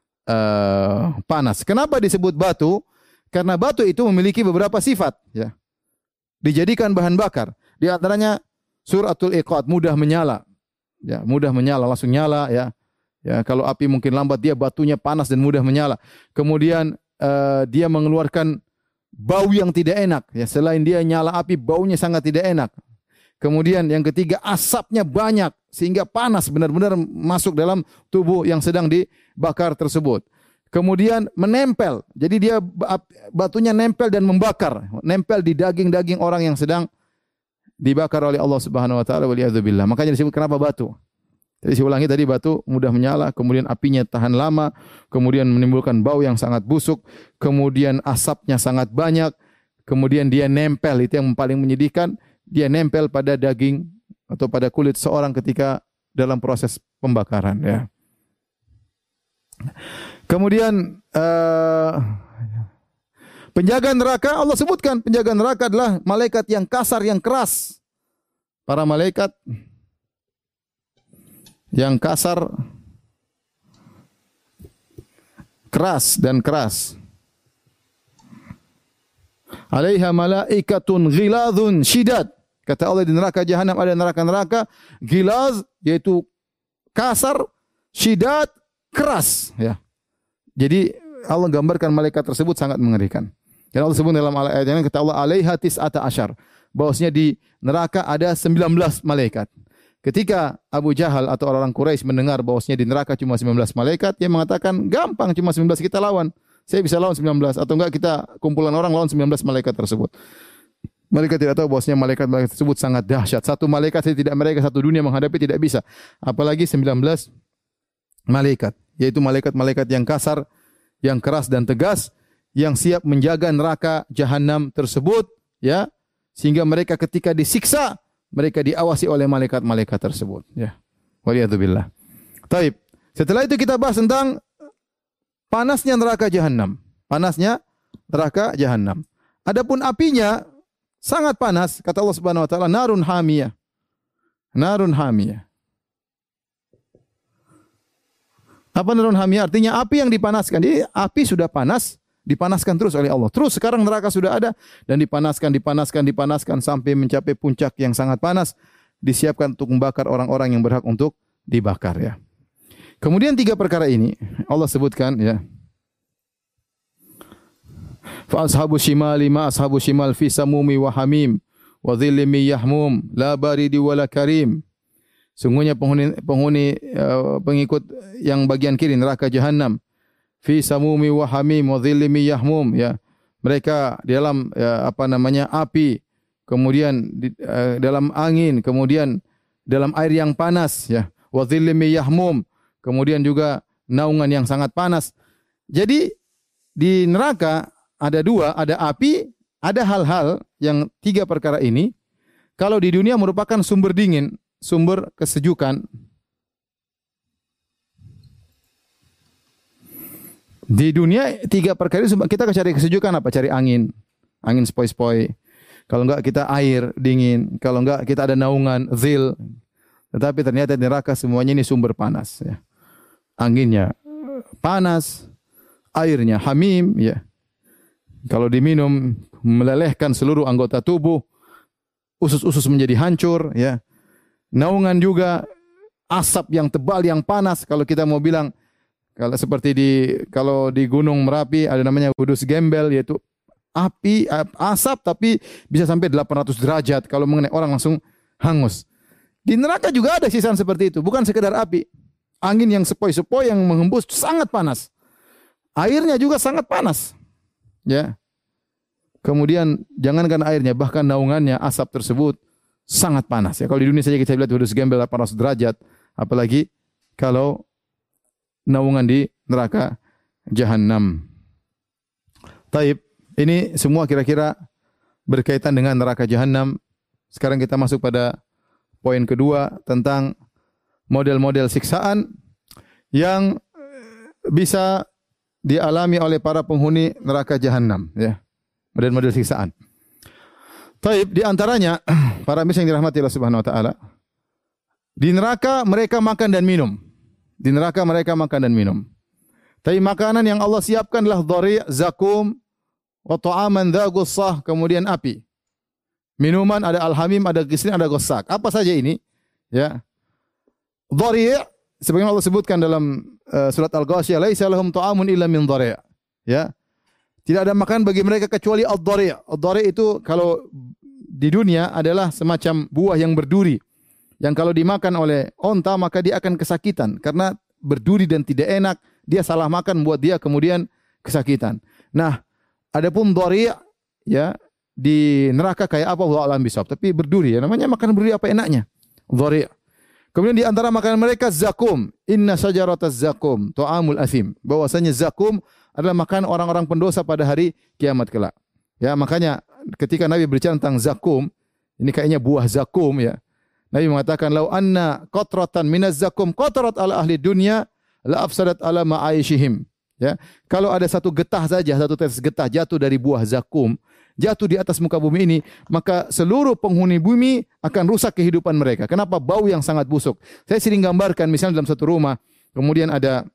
uh, panas. Kenapa disebut batu? Karena batu itu memiliki beberapa sifat, ya. Dijadikan bahan bakar. Di antaranya suratul iqad, mudah menyala. Ya, mudah menyala, langsung nyala, ya. Ya, kalau api mungkin lambat, dia batunya panas dan mudah menyala. Kemudian uh, dia mengeluarkan bau yang tidak enak, ya. Selain dia nyala api, baunya sangat tidak enak. Kemudian yang ketiga, asapnya banyak sehingga panas benar-benar masuk dalam tubuh yang sedang dibakar tersebut. Kemudian menempel. Jadi dia batunya nempel dan membakar, nempel di daging-daging orang yang sedang dibakar oleh Allah Subhanahu wa taala, waliyadzubillah. Makanya disebut kenapa batu. Jadi saya ulangi tadi, batu mudah menyala, kemudian apinya tahan lama, kemudian menimbulkan bau yang sangat busuk, kemudian asapnya sangat banyak, kemudian dia nempel, itu yang paling menyedihkan, dia nempel pada daging atau pada kulit seorang ketika dalam proses pembakaran, ya. Kemudian uh, penjaga neraka, Allah sebutkan penjaga neraka adalah malaikat yang kasar, yang keras. Para malaikat yang kasar, keras dan keras. Alaiha malaikatun ghilazun syidad. Kata Allah, di neraka jahanam ada neraka-neraka ghilaz, yaitu kasar, syidad, keras, ya. Jadi Allah gambarkan malaikat tersebut sangat mengerikan. Dan Allah sebut dalam ayat yang kata Allah, alaiha tis'ata asyar, bahwasanya di neraka ada sembilan belas malaikat. Ketika Abu Jahal atau orang-orang Quraisy mendengar bahwasanya di neraka cuma sembilan belas malaikat, dia mengatakan, gampang, cuma sembilan belas kita lawan. Saya bisa lawan sembilan belas, atau enggak kita kumpulan orang lawan sembilan belas malaikat tersebut. Mereka tidak tahu bahwasanya malaikat-malaikat tersebut sangat dahsyat. Satu malaikat saja tidak, mereka satu dunia menghadapi tidak bisa. Apalagi sembilan belas malaikat, yaitu malaikat-malaikat yang kasar, yang keras dan tegas, yang siap menjaga neraka jahanam tersebut, ya, sehingga mereka ketika disiksa, mereka diawasi oleh malaikat-malaikat tersebut, ya. Waliyadzubillah. Taib. Setelah itu kita bahas tentang panasnya neraka jahanam. Panasnya neraka jahanam. Adapun apinya sangat panas, kata Allah Subhanahu wa taala, narun hamiyah. Narun hamiyah. Apa narun hamiyah? Artinya api yang dipanaskan. Jadi api sudah panas, dipanaskan terus oleh Allah. Terus sekarang neraka sudah ada dan dipanaskan, dipanaskan, dipanaskan sampai mencapai puncak yang sangat panas, disiapkan untuk membakar orang-orang yang berhak untuk dibakar, ya. Kemudian tiga perkara ini Allah sebutkan, ya. Fa ashabu shimali ma ashabu shimal fi samumi wa hamim wa dhillim yahmum la baridi wala karim. Sungguhnya penghuni, penghuni uh, pengikut yang bagian kiri neraka jahanam, fi samumi wa hamim wa dhillim yahmum, ya. Mereka di dalam, ya, apa namanya, api kemudian di, uh, dalam angin, kemudian dalam air yang panas, ya. Wa dhillim yahmum, kemudian juga naungan yang sangat panas. Jadi di neraka ada dua, ada api, ada hal-hal yang tiga perkara ini. Kalau di dunia merupakan sumber dingin, sumber kesejukan. Di dunia tiga perkara ini kita cari kesejukan apa? Cari angin, angin sepoi-sepoi. Kalau enggak kita air dingin, kalau enggak kita ada naungan zil. Tetapi ternyata di neraka semuanya ini sumber panas. Ya. Anginnya panas, airnya hamim. Ya. Kalau diminum melelehkan seluruh anggota tubuh, usus-usus menjadi hancur. Ya. Naungan juga asap yang tebal, yang panas. Kalau kita mau bilang kalau seperti di kalau di Gunung Merapi ada namanya Kudus Gembel, yaitu api asap tapi bisa sampai delapan ratus derajat. Kalau mengenai orang langsung hangus. Di neraka juga ada sisaan seperti itu, bukan sekedar api. Angin yang sepoi-sepoi yang menghembus sangat panas. Airnya juga sangat panas. Ya. Kemudian jangankan airnya, bahkan naungannya asap tersebut sangat panas. Ya, kalau di dunia saja kita lihat Kudus Gembel delapan ratus derajat, apalagi kalau naungan di neraka Jahannam. Taib, ini semua kira-kira berkaitan dengan neraka Jahannam. Sekarang kita masuk pada poin kedua tentang model-model siksaan yang bisa dialami oleh para penghuni neraka Jahannam. Ya, model-model siksaan. Taib, di antaranya para misal yang dirahmati Allah Subhanahu Wa Taala, di neraka mereka makan dan minum. Di neraka mereka makan dan minum. Tapi makanan yang Allah siapkan adalah dhari', zakum, wa ta'aman dha gussah, kemudian api. Minuman ada al-hamim, ada gislin, ada gossak. Apa saja ini? Ya. Dhari', sebagaimana Allah sebutkan dalam uh, surat Al-Ghasyiyah, laisa lahum ta'amun illa min dhari'. Ya. Tidak ada makanan bagi mereka kecuali ad-dhari'. Ad-dhari' itu kalau di dunia adalah semacam buah yang berduri. Yang kalau dimakan oleh onta maka dia akan kesakitan karena berduri dan tidak enak, dia salah makan buat dia kemudian kesakitan. Nah, adapun dhari' ya di neraka kayak apa wallahu a'lam bishawab, tapi berduri ya, namanya makan berduri apa enaknya? Dhari'. Kemudian di antara makanan mereka zakum, inna syajarataz zakum ta'amul athim. Bahwasanya zakum adalah makanan orang-orang pendosa pada hari kiamat kelak. Ya, makanya ketika Nabi berbicara tentang zakum, ini kayaknya buah zakum ya. Nabi mengatakan, "Lau anna qatratan minaz zakum qatarat ala ahli dunya la afsadat ala ma'aishihim." Ya, kalau ada satu getah saja, satu tetes getah jatuh dari buah zakum, jatuh di atas muka bumi ini, maka seluruh penghuni bumi akan rusak kehidupan mereka. Kenapa? Bau yang sangat busuk. Saya sering gambarkan misalnya dalam satu rumah, kemudian ada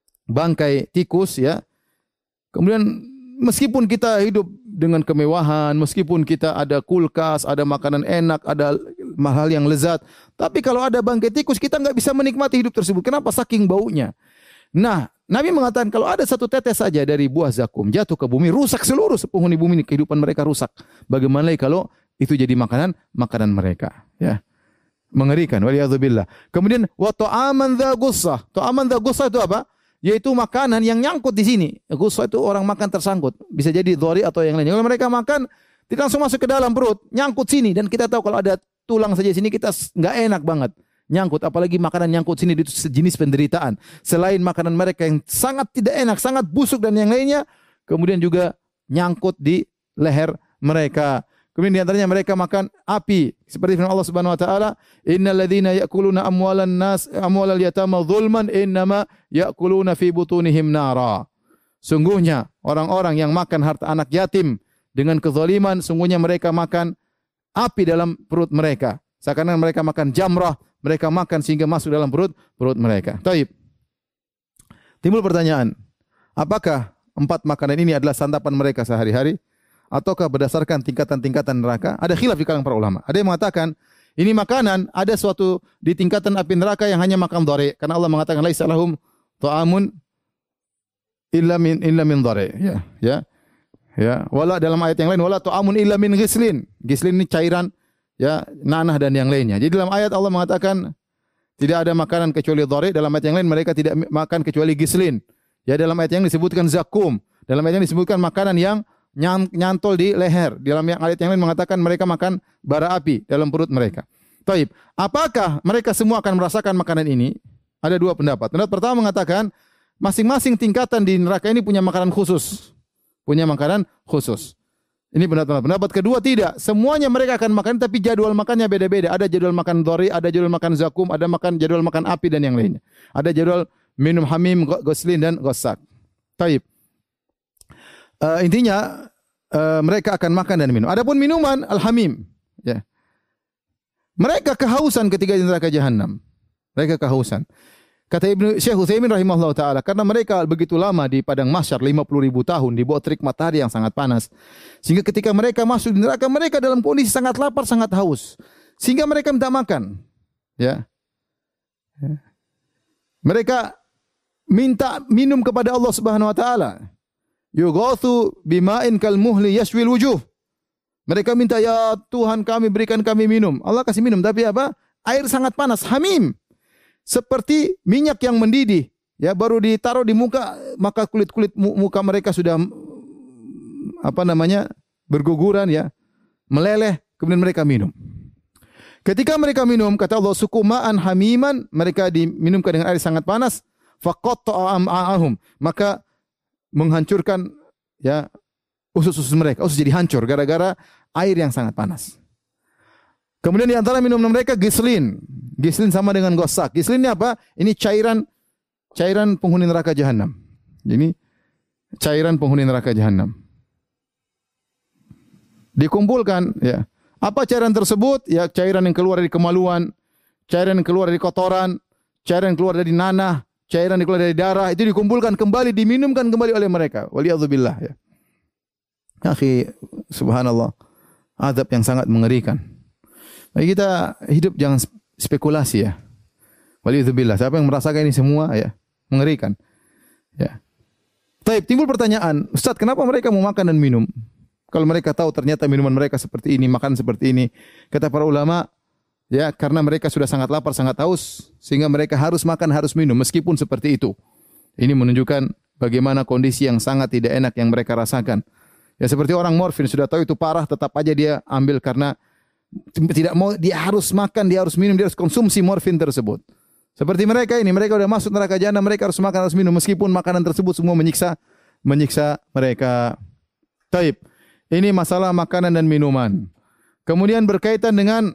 bangkai tikus ya. Kemudian meskipun kita hidup dengan kemewahan, meskipun kita ada kulkas, ada makanan enak, ada hal yang lezat, tapi kalau ada bangkai tikus kita nggak bisa menikmati hidup tersebut. Kenapa? Saking baunya. Nah, Nabi mengatakan kalau ada satu tetes saja dari buah zakum jatuh ke bumi, rusak seluruh penghuni bumi ini, kehidupan mereka rusak. Bagaimana lagi kalau itu jadi makanan makanan mereka? Ya, mengerikan. Waliyadzubillah. Kemudian wa ta'aman dza gussah. Ta'aman dza gussah itu apa? Yaitu makanan yang nyangkut di sini. Gussah itu orang makan tersangkut. Bisa jadi dhari atau yang lainnya. Kalau mereka makan tidak langsung masuk ke dalam perut, nyangkut sini, dan kita tahu kalau ada tulang saja sini kita nggak enak banget. Nyangkut, apalagi makanan nyangkut sini itu sejenis penderitaan. Selain makanan mereka yang sangat tidak enak, sangat busuk dan yang lainnya, kemudian juga nyangkut di leher mereka. Kemudian di antaranya mereka makan api. Seperti firman Allah Subhanahu wa taala, "Innal ladzina ya'kuluna amwalan nas amwalal yatama dzulman innama ya'kuluna fi butunihim nara." Sungguhnya orang-orang yang makan harta anak yatim dengan kezaliman, sungguhnya mereka makan api dalam perut mereka. Seakan-akan mereka makan jamrah, mereka makan sehingga masuk dalam perut perut mereka. Taib. Timbul pertanyaan, apakah empat makanan ini adalah santapan mereka sehari-hari ataukah berdasarkan tingkatan-tingkatan neraka? Ada khilaf di kalangan para ulama. Ada yang mengatakan ini makanan ada suatu di tingkatan api neraka yang hanya makan dhari, karena Allah mengatakan laisa lahum ta'amun illa min illa min dhari. Ya, ya. Ya, wala dalam ayat yang lain wala ta'amun illa min ghislin. Ghislin ini cairan ya, nanah dan yang lainnya. Jadi dalam ayat Allah mengatakan tidak ada makanan kecuali dhari, dalam ayat yang lain mereka tidak makan kecuali gislin. Ya, dalam ayat yang disebutkan zakum, dalam ayat yang disebutkan makanan yang nyantol di leher. Dalam yang ayat yang lain mengatakan mereka makan bara api dalam perut mereka. Taib. Apakah mereka semua akan merasakan makanan ini? Ada dua pendapat. Pendapat pertama mengatakan masing-masing tingkatan di neraka ini punya makanan khusus. Punya makanan khusus. Ini pendapat. Pendapat kedua tidak. Semuanya mereka akan makan tapi jadwal makannya beda-beda. Ada jadwal makan dhari, ada jadwal makan zakum, ada makan jadwal makan api dan yang lainnya. Ada jadwal minum hamim, ghuslin dan ghassak. Taib. Uh, intinya uh, mereka akan makan dan minum. Adapun minuman al-hamim, ya. Mereka kehausan ketika di neraka jahanam. Mereka kehausan. Kata Ibnu Syekh Utsaimin rahimahullah taala, karena mereka begitu lama di padang mahsyar lima puluh ribu tahun di bawah terik matahari yang sangat panas, sehingga ketika mereka masuk di neraka mereka dalam kondisi sangat lapar, sangat haus, sehingga mereka minta makan. Ya. Ya. Mereka minta minum kepada Allah Subhanahu wa taala. Yughathu bima'in kal muhli yashwil wujuh. Mereka minta, ya Tuhan kami berikan kami minum. Allah kasih minum tapi apa? Air sangat panas, hamim. Seperti minyak yang mendidih, ya baru ditaruh di muka, maka kulit-kulit muka mereka sudah apa namanya? Berguguran ya, meleleh, kemudian mereka minum. Ketika mereka minum, kata Allah, sukuma'an hamiman, mereka diminumkan dengan air sangat panas, faqatta'a am'a'ahum, maka menghancurkan ya usus-usus mereka, usus jadi hancur gara-gara air yang sangat panas. Kemudian di antara minuman mereka gislin. Gislin sama dengan ghassak. Gislin ini apa? Ini cairan cairan penghuni neraka jahanam. Ini cairan penghuni neraka jahanam. Dikumpulkan ya. Apa cairan tersebut? Ya cairan yang keluar dari kemaluan, cairan yang keluar dari kotoran, cairan yang keluar dari nanah, cairan yang keluar dari darah, itu dikumpulkan kembali, diminumkan kembali oleh mereka. Waliyadzubillah ya. Akhi, subhanallah. Azab yang sangat mengerikan. Bagi kita hidup jangan spekulasi ya. Waliyadzubillah. Siapa yang merasakan ini semua ya, mengerikan. Ya. Taib, timbul pertanyaan, Ustaz, kenapa mereka mau makan dan minum? Kalau mereka tahu ternyata minuman mereka seperti ini, makan seperti ini. Kata para ulama, ya karena mereka sudah sangat lapar, sangat haus, sehingga mereka harus makan, harus minum, meskipun seperti itu. Ini menunjukkan bagaimana kondisi yang sangat tidak enak yang mereka rasakan. Ya seperti orang morfin, sudah tahu itu parah, tetap aja dia ambil karena tidak mau, dia harus makan, dia harus minum, dia harus konsumsi morfin tersebut. Seperti mereka ini, mereka sudah masuk neraka jahanam, mereka harus makan, harus minum, meskipun makanan tersebut semua menyiksa, menyiksa mereka. Taib. Ini masalah makanan dan minuman. Kemudian berkaitan dengan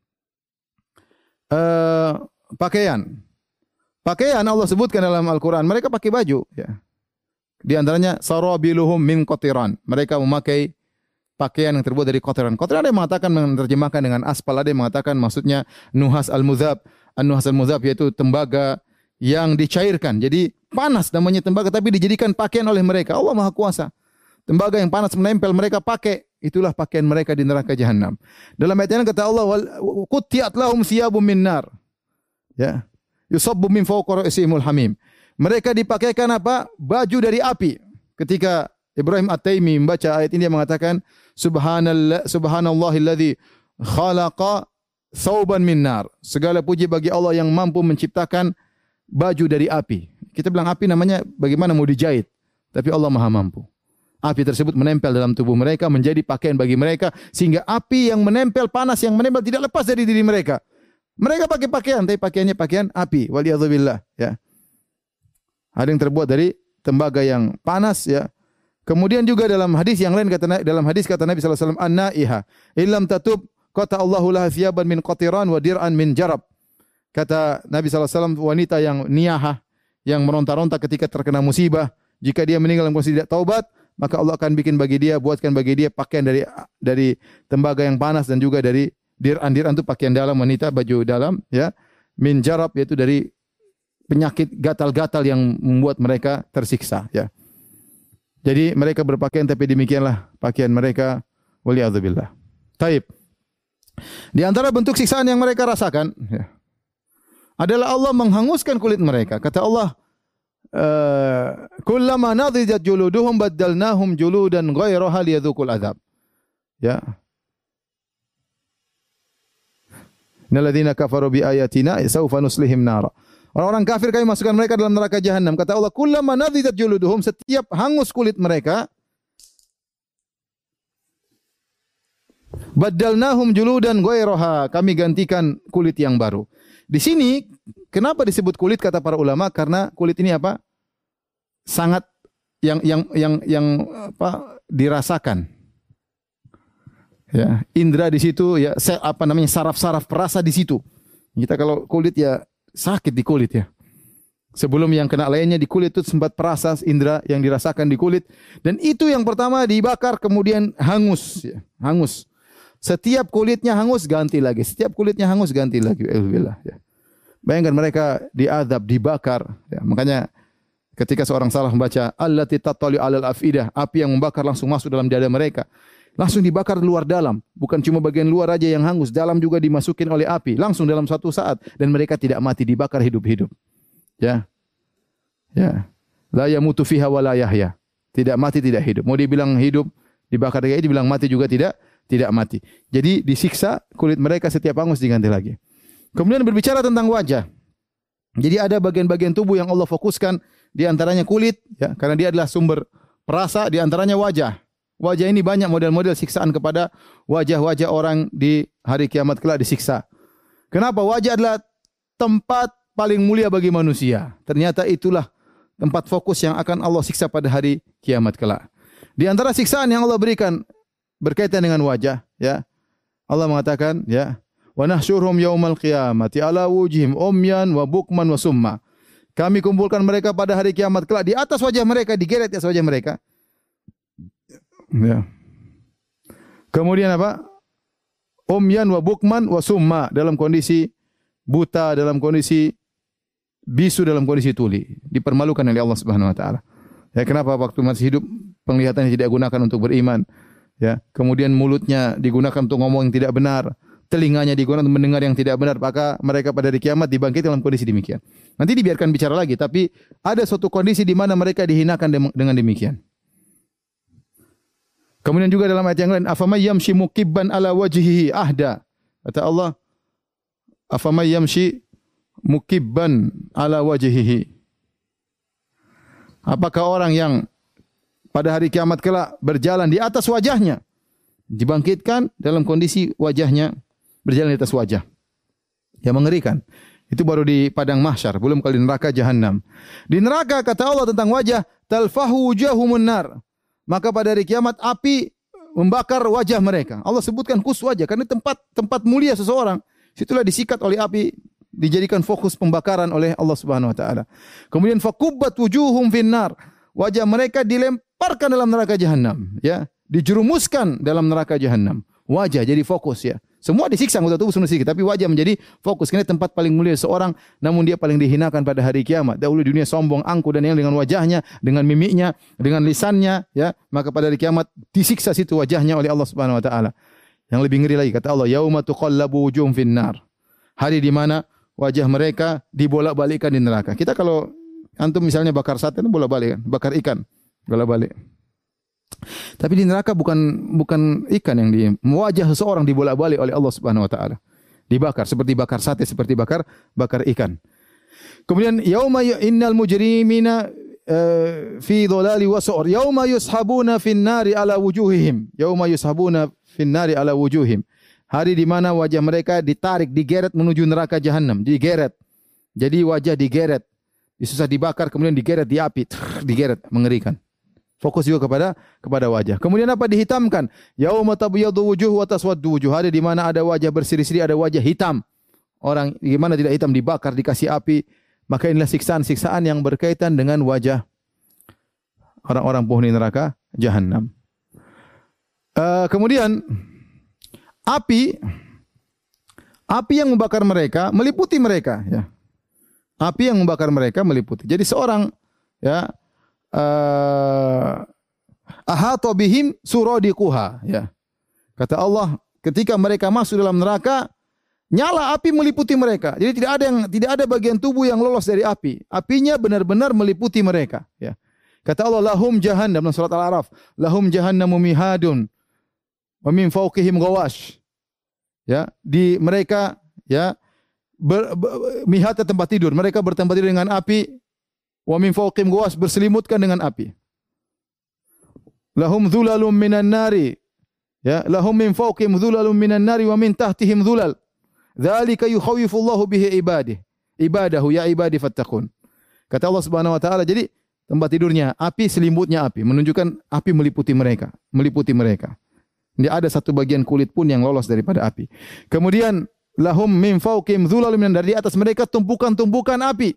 uh, pakaian. Pakaian Allah sebutkan dalam Al-Quran. Mereka pakai baju. Ya. Di antaranya sarabiluhum min qatiran. Mereka memakai pakaian yang terbuat dari kotoran. Kotoran ada yang mengatakan, menerjemahkan dengan aspal, ada yang mengatakan maksudnya nuhas al-muzab. An-nuhas al-muzab yaitu tembaga yang dicairkan. Jadi panas namanya tembaga tapi dijadikan pakaian oleh mereka. Allah Maha Kuasa. Tembaga yang panas menempel mereka pakai, itulah pakaian mereka di neraka jahanam. Dalam ayat ini kata Allah, "Qutti'at lahum thiyabun min nar." Ya. Yusabbu min fawqi ra'sihimul hamim. Mereka dipakaikan apa? Baju dari api. Ketika Ibrahim At-Taimi membaca ayat ini dia mengatakan, "Subhanallah subhanallahilladzi khalaqa thawban min nar." Segala puji bagi Allah yang mampu menciptakan baju dari api. Kita bilang api namanya bagaimana mau dijahit, tapi Allah Maha mampu. Api tersebut menempel dalam tubuh mereka, menjadi pakaian bagi mereka, sehingga api yang menempel, panas yang menempel tidak lepas dari diri mereka. Mereka pakai pakaian, tapi pakaiannya pakaian api. Waliyadzubillah. Ya. Ada yang terbuat dari tembaga yang panas. Ya. Kemudian juga dalam hadis yang lain kata dalam hadis kata Nabi sallallahu alaihi wasallam, "An-naiha illam tatub qata Allahu laha thiyaban min qatiran wa dir'an min jarab." Kata Nabi sallallahu alaihi wasallam, wanita yang niyaha, yang meronta-ronta ketika terkena musibah, jika dia meninggal dalam kondisi tidak taubat, maka Allah akan bikin bagi dia, buatkan bagi dia pakaian dari dari tembaga yang panas dan juga dari dir'an. Dir'an itu pakaian dalam wanita, baju dalam, ya. Min jarab yaitu dari penyakit gatal-gatal yang membuat mereka tersiksa, ya. Jadi mereka berpakaian tapi demikianlah pakaian mereka, waliyadzubillah. Taib. Di antara bentuk siksaan yang mereka rasakan, ya, adalah Allah menghanguskan kulit mereka. Kata Allah, Uh, kullama nadijat juluduhum baddalnahum juludan ghairaha liyadzuqul adzab. Ya. Innalladzina kafaru bi ayatina sawfa nuslihim nara. Orang-orang kafir kami masukkan mereka dalam neraka jahanam. Kata Allah, kullama nadijat juluduhum, setiap hangus kulit mereka, Baddalnahum juludan ghairaha, kami gantikan kulit yang baru. Di sini kenapa disebut kulit kata para ulama? Karena kulit ini apa? Sangat yang yang yang yang apa dirasakan. Ya, indra di situ ya, apa namanya saraf-saraf perasa di situ. Kita kalau kulit ya sakit di kulit ya. Sebelum yang kena lainnya di kulit itu sempat perasa indra yang dirasakan di kulit, dan itu yang pertama dibakar kemudian hangus ya, hangus. Setiap kulitnya hangus ganti lagi, setiap kulitnya hangus ganti lagi. Alhamdulillah ya. Bayangkan mereka diazab, dibakar ya. Makanya ketika seorang salah membaca allati tattali alal afidah, api yang membakar langsung masuk dalam dada mereka. Langsung dibakar luar dalam, bukan cuma bagian luar aja yang hangus, dalam juga dimasukin oleh api, langsung dalam satu saat, dan mereka tidak mati, dibakar hidup-hidup. Ya. Ya. La yamutu fiha wa la yahya. Tidak mati, tidak hidup. Mau dibilang hidup, dibakar kayak dibilang mati juga tidak tidak mati. Jadi disiksa, kulit mereka setiap hangus diganti lagi. Kemudian berbicara tentang wajah. Jadi ada bagian-bagian tubuh yang Allah fokuskan, di antaranya kulit ya, karena dia adalah sumber perasa, di antaranya wajah. Wajah ini banyak model-model siksaan kepada wajah-wajah orang di hari kiamat kelak disiksa. Kenapa? Wajah adalah tempat paling mulia bagi manusia. Ternyata itulah tempat fokus yang akan Allah siksa pada hari kiamat kelak. Di antara siksaan yang Allah berikan berkaitan dengan wajah, ya. Allah mengatakan, ya, wa nahsyurhum yaumal qiyamati ala wujhihim umyan wa bukman wa summa. Kami kumpulkan mereka pada hari kiamat kelak di atas wajah mereka, digeret di atas wajah mereka. Ya. Kemudian apa? Umyan wa bukman wa summa, dalam kondisi buta, dalam kondisi bisu, dalam kondisi tuli, dipermalukan oleh Allah Subhanahu wa taala. Ya, kenapa waktu masih hidup penglihatannya tidak gunakan untuk beriman? Ya, kemudian mulutnya digunakan untuk ngomong yang tidak benar, telinganya digunakan untuk mendengar yang tidak benar, maka mereka pada hari kiamat dibangkit dalam kondisi demikian. Nanti dibiarkan bicara lagi, tapi ada suatu kondisi di mana mereka dihinakan dengan demikian. Kemudian juga dalam ayat yang lain, afamay yamshi mukibban ala wajhihi ahda. Kata Allah, afamay yamshi mukibban ala wajhihi. Apakah orang yang pada hari kiamat kelak berjalan di atas wajahnya, dibangkitkan dalam kondisi wajahnya berjalan di atas wajah. Yang mengerikan. Itu baru di padang mahsyar, belum kali neraka jahanam. Di neraka kata Allah tentang wajah, talfahu wujahumun nar. Maka pada hari kiamat api membakar wajah mereka. Allah sebutkan khusus wajah karena tempat tempat mulia seseorang, situlah disikat oleh api, dijadikan fokus pembakaran oleh Allah Subhanahu wa taala. Kemudian fakubbat wujuhum finnar. Wajah mereka dilemparkan dalam neraka jahanam, ya, dijerumuskan dalam neraka jahanam. Wajah jadi fokus ya. Semua disiksa anggota tubuh semua disiksa, tapi wajah menjadi fokus. Karena tempat paling mulia seorang, namun dia paling dihinakan pada hari kiamat. Dahulu dunia sombong, angkuh dan yang dengan wajahnya, dengan mimiknya, dengan lisannya, ya, maka pada hari kiamat disiksa situ wajahnya oleh Allah Subhanahu wa taala. Yang lebih ngeri lagi kata Allah, yauma tuqallabu wujuhum finnar. Hari di mana wajah mereka dibolak-balikkan di neraka. Kita kalau antum misalnya bakar sate itu bolak-balik kan, bakar ikan, bolak-balik. Tapi di neraka bukan bukan ikan yang di wajah seseorang dibolak-balik oleh Allah Subhanahu wa taala. Dibakar seperti bakar sate, seperti bakar bakar ikan. Kemudian yauma innal mujrimina uh, fi dhalali wa su'ur. Yauma yushabuna fin nari ala wujuhihim. Yauma yushabuna fin nari ala wujuhihim. Hari di mana wajah mereka ditarik, digeret menuju neraka jahanam, digeret. Jadi wajah digeret. Susah dibakar kemudian digeret di api, digeret, mengerikan. Fokus juga kepada kepada wajah. Kemudian apa dihitamkan? Yauma tabyadu wujuh wa taswaddu wujuh. Hari di mana ada wajah berseri-seri, ada wajah hitam. Orang gimana tidak hitam dibakar, dikasih api. Maka inilah siksaan-siksaan yang berkaitan dengan wajah orang-orang penghuni neraka jahanam. Uh, kemudian api api yang membakar mereka meliputi mereka, ya. Api yang membakar mereka meliputi. Jadi seorang, ya, uh, ahata bihim suradiquha, ya. Kata Allah, ketika mereka masuk dalam neraka, nyala api meliputi mereka. Jadi tidak ada yang tidak ada bagian tubuh yang lolos dari api. Apinya benar-benar meliputi mereka, ya. Kata Allah, lahum jahannam dalam surat Al-A'raf, lahum jahannamu mihadun wa min fawqihim ghawash. Ya, di mereka, ya, ber, ber, mihatnya tempat tidur. Mereka bertempat tidur dengan api. Wa min fawqihim ghawash, berselimutkan dengan api. Lahum dhulalum minan nari. Ya, lahum min fawqihim dhulalun minan nari wa min tahtihim dhulal. Dzalika yukhawwifullahu bihi ibadihi. Ibadahu ya ibadi fattaqun. Kata Allah Subhanahu wa taala, jadi tempat tidurnya api, selimutnya api, menunjukkan api meliputi mereka, meliputi mereka. Tidak ada satu bagian kulit pun yang lolos daripada api. Kemudian lahum min fawqihim dhulalun minan nari, di atas mereka tumpukan-tumpukan api.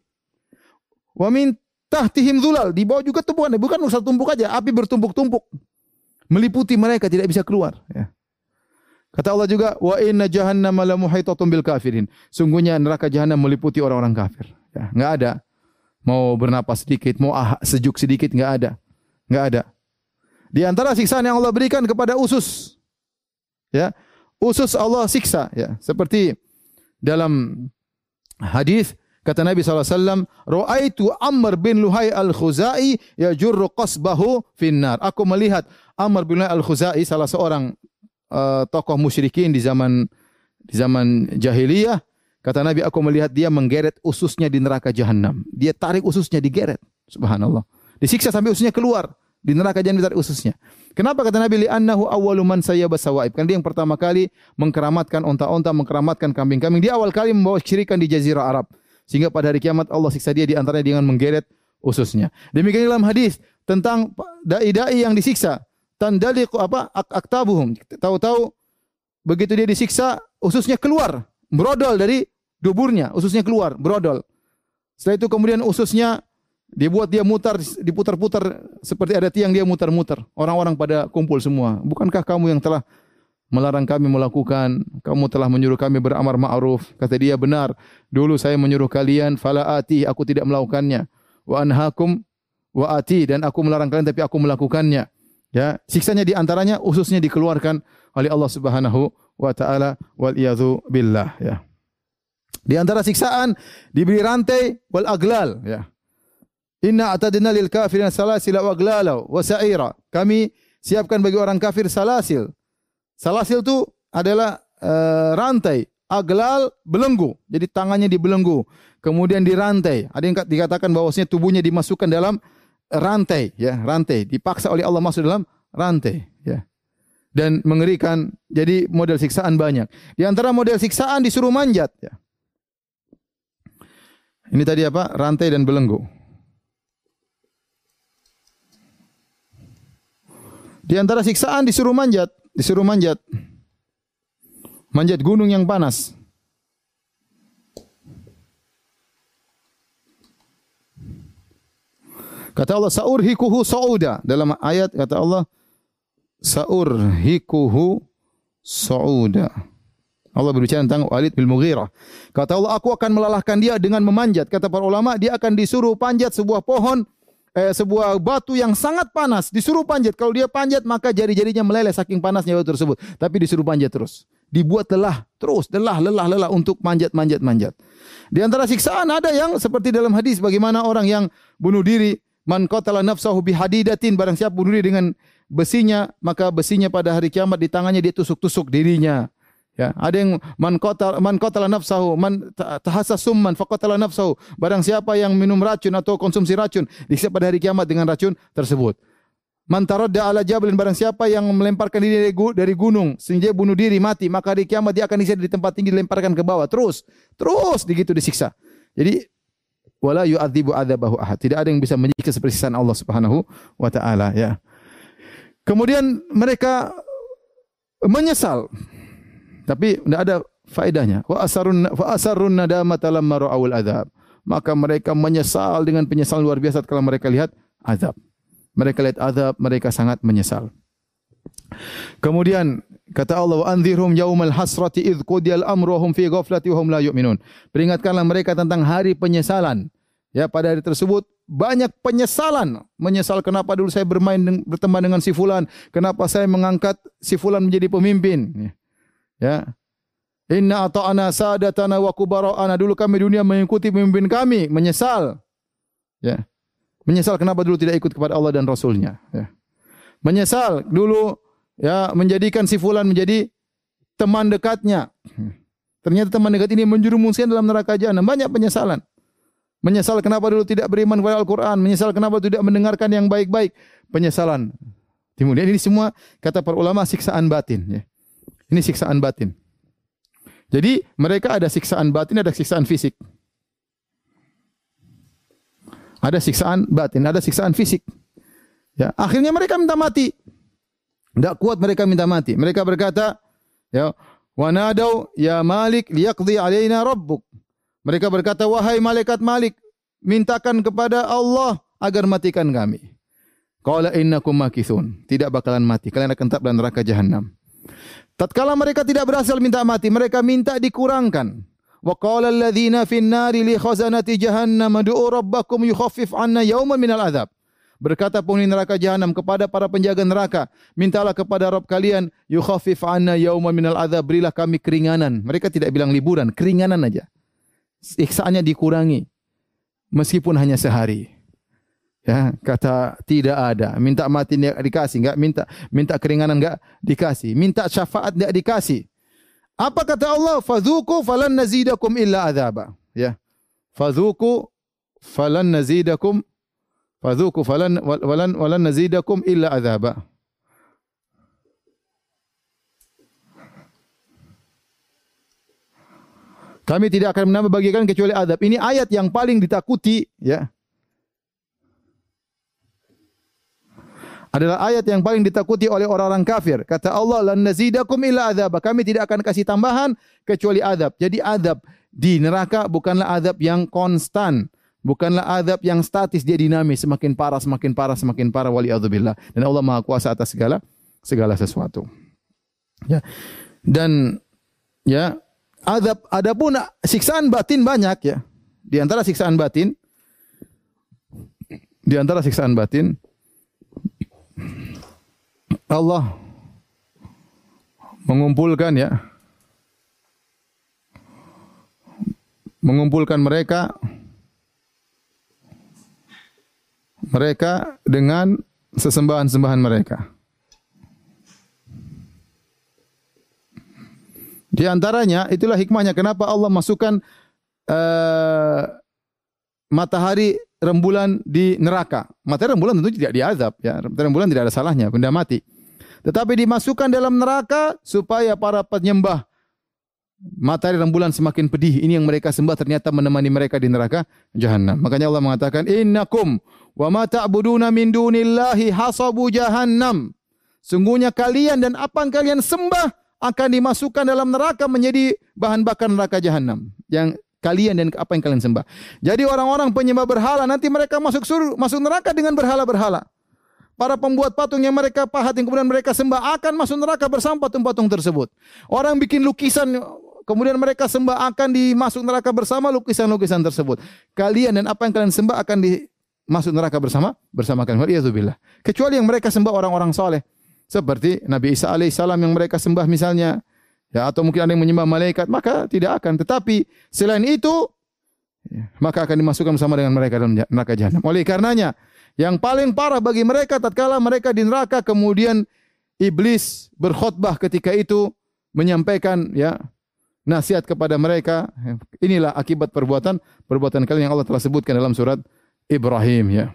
Wa min tahtihim dhulal, di bawah juga tumpukan, bukan satu tumpuk aja, api bertumpuk-tumpuk. Meliputi mereka, tidak bisa keluar. Ya. Kata Allah juga, wa inna jahannama la muhitatun bil kafirin. Sungguhnya neraka jahanam meliputi orang-orang kafir. Ya, enggak ada. Mau bernapas sedikit, mau ah, sejuk sedikit, enggak ada. Enggak ada. Di antara siksaan yang Allah berikan kepada usus. Ya. Usus Allah siksa, ya. Seperti dalam hadis kata Nabi sallallahu alaihi wasallam, "Ra'aitu Amr bin Luhai al-Khuzai yajurru qasbahu finnar." Aku melihat Amr bin Luhai al-Khuzai, salah seorang uh, tokoh musyrikin di zaman di zaman jahiliyah. Kata Nabi, aku melihat dia menggeret ususnya di neraka jahanam. Dia tarik ususnya, digeret. Subhanallah. Disiksa sampai ususnya keluar. Di neraka jahanam ditarik ususnya. Kenapa kata Nabi? Li'annahu awwalu man sayyaba sawaib. Kan dia yang pertama kali mengkeramatkan onta-onta, mengkeramatkan kambing-kambing. Dia awal kali membawa kesyirikan di jazirah Arab. Sehingga pada hari kiamat Allah siksa dia di antaranya dengan menggeret ususnya. Demikian dalam hadis tentang dai-dai yang disiksa. Tandaliqu apa? Aktabuhum. Tahu-tahu begitu dia disiksa, ususnya keluar, brodol dari duburnya, ususnya keluar, brodol. Setelah itu kemudian ususnya dibuat dia mutar, diputar-putar seperti ada tiang, dia mutar-mutar. Orang-orang pada kumpul semua. Bukankah kamu yang telah melarang kami melakukan, kamu telah menyuruh kami beramar ma'ruf? Kata dia, benar. Dulu saya menyuruh kalian, fala ati, aku tidak melakukannya. Wa anhakum wa ati, dan aku melarang kalian tapi aku melakukannya. Ya, siksanya di antaranya ususnya dikeluarkan oleh Allah Subhanahu wa taala, wal iyadzu billah, ya. Di antara siksaan diberi rantai wal aglal, ya. Inna atadna lil kafirin salasil wa aglala wa sa'ira. Kami siapkan bagi orang kafir salasil. Salasil itu adalah uh, rantai, aglal belenggu. Jadi tangannya dibelenggu, kemudian dirantai. Ada yang dikatakan bahwasanya tubuhnya dimasukkan dalam rantai, ya, rantai. Dipaksa oleh Allah masuk dalam rantai, ya. Dan mengerikan. Jadi model siksaan banyak. Di antara model siksaan disuruh manjat, ya. Ini tadi apa? Rantai dan belenggu. Di antara siksaan disuruh manjat, disuruh manjat. Manjat gunung yang panas. Kata Allah, saurhikuhu sa'uda. Dalam ayat kata Allah, saurhikuhu sa'uda. Allah berbicara tentang Walid bin Mughirah. Kata Allah, aku akan melalahkan dia dengan memanjat. Kata para ulama, dia akan disuruh panjat sebuah pohon, eh, sebuah batu yang sangat panas. Disuruh panjat. Kalau dia panjat, maka jari-jarinya meleleh saking panasnya batu tersebut. Tapi disuruh panjat terus. Dibuat lelah terus, lelah, lelah, lelah untuk manjat, manjat, manjat. Di antara siksaan ada yang seperti dalam hadis, bagaimana orang yang bunuh diri, man qatala nafsahu bihadidatin, barang siapa bunuh diri dengan besinya, maka besinya pada hari kiamat di tangannya dia tusuk-tusuk dirinya. Ya, ada yang man qatala man qatala nafsahu, man tahassa summan faqatala nafsahu, barang siapa yang minum racun atau konsumsi racun, disiksa pada hari kiamat dengan racun tersebut. Man taradda ala jabalin, barang siapa yang melemparkan diri dari gunung sehingga bunuh diri mati, maka hari kiamat dia akan disiksa di tempat tinggi, dilemparkan ke bawah, terus terus begitu disiksa. Jadi wala yu'adzibu adzabahu ahad. Tidak ada yang bisa menyiksa seperti siksaan Allah Subhanahu wa taala, ya. Kemudian mereka menyesal. Tapi tidak ada faedahnya. Wa asarun fa asarrun nadamata lamma ra'awul adzab. Maka mereka menyesal dengan penyesalan luar biasa kalau mereka lihat azab. Mereka lihat azab, mereka sangat menyesal. Kemudian kata Allah, wa anzirhum yaumal hasrati idz qudiyal amru hum fi ghaflati wa hum la yu'minun. Peringatkanlah mereka tentang hari penyesalan. Ya, pada hari tersebut banyak penyesalan. Menyesal kenapa dulu saya bermain berteman dengan si fulan, kenapa saya mengangkat si fulan menjadi pemimpin. Ya. Inna ata'ana sadatana wa kubara'ana, dulu kami dunia mengikuti pemimpin kami, menyesal. Ya. Menyesal kenapa dulu tidak ikut kepada Allah dan Rasulnya. Ya. Menyesal dulu, ya, menjadikan si fulan menjadi teman dekatnya. Ternyata teman dekat ini menjerumuskan dalam neraka jahanam. Banyak penyesalan. Menyesal kenapa dulu tidak beriman kepada Al-Quran. Menyesal kenapa tidak mendengarkan yang baik-baik. Penyesalan. Kemudian ini semua kata para ulama siksaan batin. Ya. Ini siksaan batin. Jadi mereka ada siksaan batin, ada siksaan fisik. Ada siksaan batin, ada siksaan fisik. Ya, akhirnya mereka minta mati. Tidak kuat mereka minta mati. Mereka berkata, ya, wa nadau ya Malik liyaqdi alaina rabbuk. Mereka berkata, wahai malaikat Malik, mintakan kepada Allah agar matikan kami. Qala innakum makithun. Tidak bakalan mati. Kalian akan tetap dalam neraka jahanam. Tatkala mereka tidak berhasil minta mati, mereka minta dikurangkan. Wa qala alladhina fin nari li khazanati jahannam ud'u rabbakum yukhaffif 'anna yawman minal adzab. Berkata penghuni neraka jahanam kepada para penjaga neraka, mintalah kepada Rabb kalian yukhaffif 'anna yawman minal adzab, berilah kami keringanan. Mereka tidak bilang liburan, keringanan aja. Siksaannya dikurangi meskipun hanya sehari. Ya, kata tidak ada. Minta mati enggak dikasih, enggak minta minta keringanan enggak dikasih, minta syafaat enggak dikasih. Apa kata Allah? Fadzuku falan nazidakum illa adzaba. Ya. Fadzuku falan nazidakum fadzuku falan walan walan nazidakum illa adzaba. Kami tidak akan menambah bagi kalian kecuali azab. Ini ayat yang paling ditakuti, ya. Adalah ayat yang paling ditakuti oleh orang-orang kafir. Kata Allah, lan nazidakum illa adzab. Kami tidak akan kasih tambahan kecuali azab. Jadi azab di neraka bukanlah azab yang konstan, bukanlah azab yang statis, dia dinamis, semakin parah, semakin parah, semakin parah, wali'adzubillah. Dan Allah Maha Kuasa atas segala segala sesuatu. Ya. Dan ya, azab adapun siksaan batin banyak, ya. Di antara siksaan batin di antara siksaan batin Allah mengumpulkan, ya, mengumpulkan mereka mereka dengan sesembahan-sembahan mereka. Di antaranya itulah hikmahnya kenapa Allah masukkan uh, matahari rembulan di neraka. Matahari rembulan tentu tidak diazab, ya. Matahari rembulan tidak ada salahnya, benda mati. Tetapi dimasukkan dalam neraka supaya para penyembah matahari rembulan semakin pedih. Ini yang mereka sembah ternyata menemani mereka di neraka jahanam. Makanya Allah mengatakan, innakum wa ma ta'buduna min dunillahi hasabu jahannam. Sungguhnya kalian dan apa yang kalian sembah akan dimasukkan dalam neraka menjadi bahan bakar neraka jahanam. Yang kalian dan apa yang kalian sembah. Jadi orang-orang penyembah berhala nanti mereka masuk surga, masuk neraka dengan berhala-berhala. Para pembuat patung yang mereka pahat yang kemudian mereka sembah akan masuk neraka bersama patung-patung tersebut. Orang bikin lukisan kemudian mereka sembah akan dimasuk neraka bersama lukisan-lukisan tersebut. Kalian dan apa yang kalian sembah akan dimasuk neraka bersama bersama kalian. Waliyadzubillah. Kecuali yang mereka sembah orang-orang soleh. Seperti Nabi Isa alaihissalam yang mereka sembah misalnya. Ya, atau mungkin ada yang menyembah malaikat, maka tidak akan. Tetapi selain itu, ya, maka akan dimasukkan bersama dengan mereka dalam neraka jahanam. Oleh karenanya, yang paling parah bagi mereka tatkala mereka di neraka kemudian iblis berkhutbah ketika itu menyampaikan, ya, nasihat kepada mereka. Inilah akibat perbuatan perbuatan kalian yang Allah telah sebutkan dalam surat Ibrahim, ya.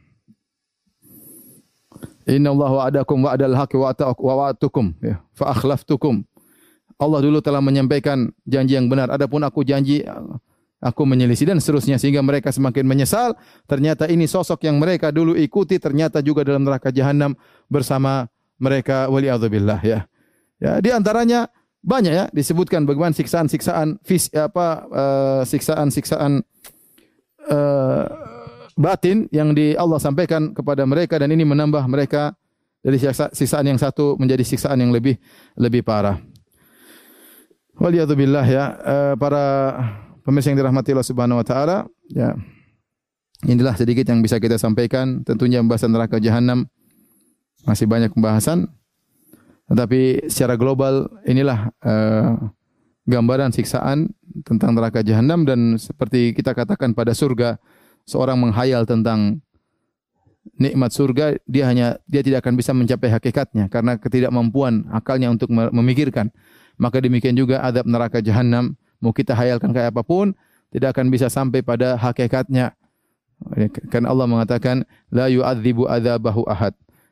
Inna Allah wa'adakum wa'adal haqqi wa wa'atukum, ya, fa akhlaftukum. Allah dulu telah menyampaikan janji yang benar. Adapun aku janji, aku menyelisih dan seterusnya. Sehingga mereka semakin menyesal. Ternyata ini sosok yang mereka dulu ikuti. Ternyata juga dalam neraka jahanam bersama mereka. Waliyadzubillah, ya. Ya, di antaranya banyak, ya, disebutkan bagaimana siksaan-siksaan fis apa uh, siksaan-siksaan uh, batin yang di Allah sampaikan kepada mereka dan ini menambah mereka dari siksaan yang satu menjadi siksaan yang lebih lebih parah. Waliyadzubillah, ya, uh, para pemirsa yang dirahmati Allah Subhanahu wa taala, ya. Inilah sedikit yang bisa kita sampaikan. Tentunya pembahasan neraka jahanam masih banyak pembahasan. Tetapi secara global inilah uh, gambaran siksaan tentang neraka jahanam dan seperti kita katakan pada surga, seorang menghayal tentang nikmat surga, dia hanya dia tidak akan bisa mencapai hakikatnya karena ketidakmampuan akalnya untuk memikirkan. Maka demikian juga azab neraka jahanam, mau kita hayalkan kayak apapun, tidak akan bisa sampai pada hakikatnya. Karena Allah mengatakan, la yu'adzibu adzabahu ahad.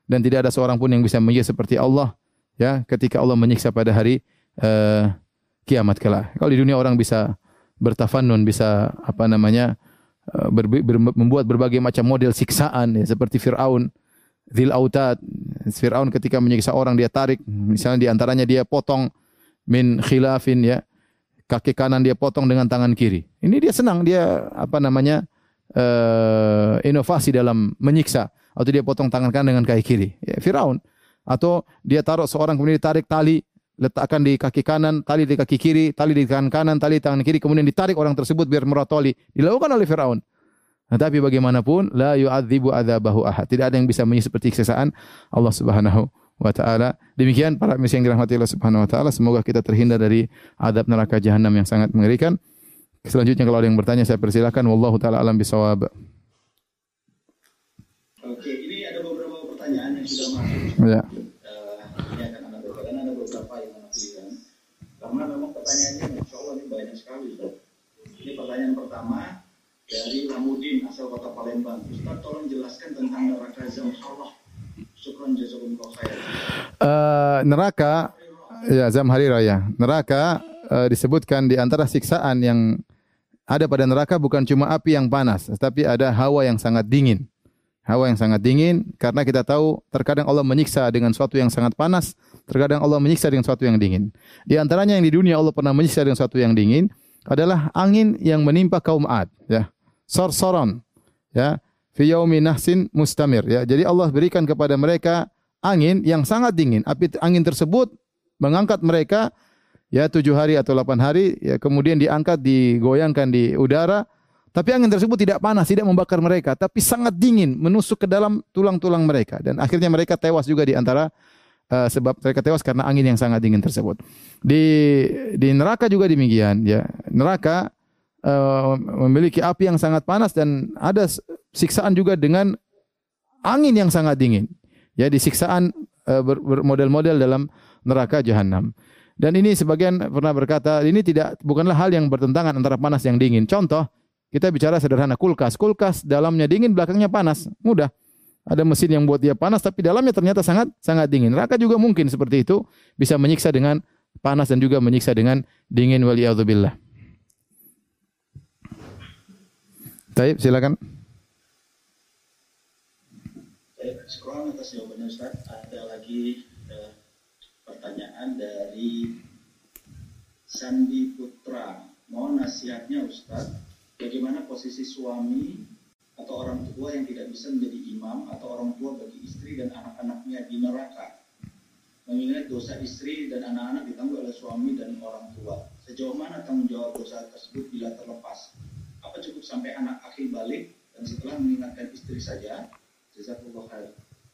dan tidak ada seorang pun yang bisa menyiksa seperti Allah ya ketika Allah menyiksa pada hari uh, kiamat kelak. Kalau di dunia orang bisa bertafannun, bisa apa namanya uh, ber, ber, membuat berbagai macam model siksaan ya, seperti Firaun, Dzil Autad. Firaun ketika menyiksa orang dia tarik, misalnya di antaranya dia potong min khilafin ya, kaki kanan dia potong dengan tangan kiri. Ini dia senang, dia apa namanya uh, inovasi dalam menyiksa. Atau dia potong tangan kanan dengan kaki kiri. Ya, Firaun. Atau dia taruh seorang kemudian ditarik tali, letakkan di kaki kanan, tali di kaki kiri, tali di tangan kanan, tali di tangan kiri, kemudian ditarik orang tersebut biar meratoli. Dilakukan oleh Firaun. Nah, tapi bagaimanapun la yu'adzibu adzabahu ahad. Tidak ada yang bisa menyiksa seperti siksaan Allah Subhanahu wa taala. Demikian para misi yang dirahmati Allah Subhanahu wa taala, semoga kita terhindar dari azab neraka jahanam yang sangat mengerikan. Selanjutnya kalau ada yang bertanya saya persilakan. Wallahu taala alam bisawab. Oke, ini ada beberapa pertanyaan yang sudah masuk. Ya. Uh, ini akan ada beberapa, ada beberapa yang anak pilihan. Karena memang pertanyaannya, insya Allah ini banyak sekali. Ustaz. Ini pertanyaan pertama dari Lamudin asal kota Palembang. Ustaz, tolong jelaskan tentang neraka Zamharah. Syukran jazakumullah khair. Uh, neraka, ya Zamharira ya. Neraka uh, disebutkan di antara siksaan yang ada pada neraka bukan cuma api yang panas, tetapi ada hawa yang sangat dingin. Hawa yang sangat dingin, karena kita tahu terkadang Allah menyiksa dengan sesuatu yang sangat panas, terkadang Allah menyiksa dengan sesuatu yang dingin. Di antaranya yang di dunia Allah pernah menyiksa dengan sesuatu yang dingin adalah angin yang menimpa kaum Ad, ya. Sarsaran, ya, fi yaumi nahsin mustamir, ya. Jadi Allah berikan kepada mereka angin yang sangat dingin. Api angin tersebut mengangkat mereka ya tujuh hari atau delapan hari, ya, kemudian diangkat, digoyangkan di udara. Tapi angin tersebut tidak panas, tidak membakar mereka, tapi sangat dingin, menusuk ke dalam tulang-tulang mereka. Dan akhirnya mereka tewas juga di antara, uh, sebab mereka tewas karena angin yang sangat dingin tersebut. Di di neraka juga demikian, ya. Neraka uh, memiliki api yang sangat panas dan ada siksaan juga dengan angin yang sangat dingin. Ya, di siksaan uh, bermodel-model dalam neraka jahanam. Dan ini sebagian pernah berkata, ini tidak bukanlah hal yang bertentangan antara panas yang dingin. Contoh, kita bicara sederhana, kulkas. Kulkas dalamnya dingin, belakangnya panas. Mudah. Ada mesin yang buat dia panas, tapi dalamnya ternyata sangat sangat dingin. Neraka juga mungkin seperti itu. Bisa menyiksa dengan panas dan juga menyiksa dengan dingin. Waliyadzubillah. Baik, silakan. Baik, sekarang atas jawabannya Ustaz, ada lagi eh, pertanyaan dari Sandi Putra. Mohon nasihatnya Ustaz, bagaimana posisi suami atau orang tua yang tidak bisa menjadi imam atau orang tua bagi istri dan anak-anaknya di neraka? Mengingat dosa istri dan anak-anak ditanggung oleh suami dan orang tua. Sejauh mana tanggung jawab dosa tersebut bila terlepas? Apa cukup sampai anak akhir balik dan setelah mengingatkan istri saja? Jazakallahu khair.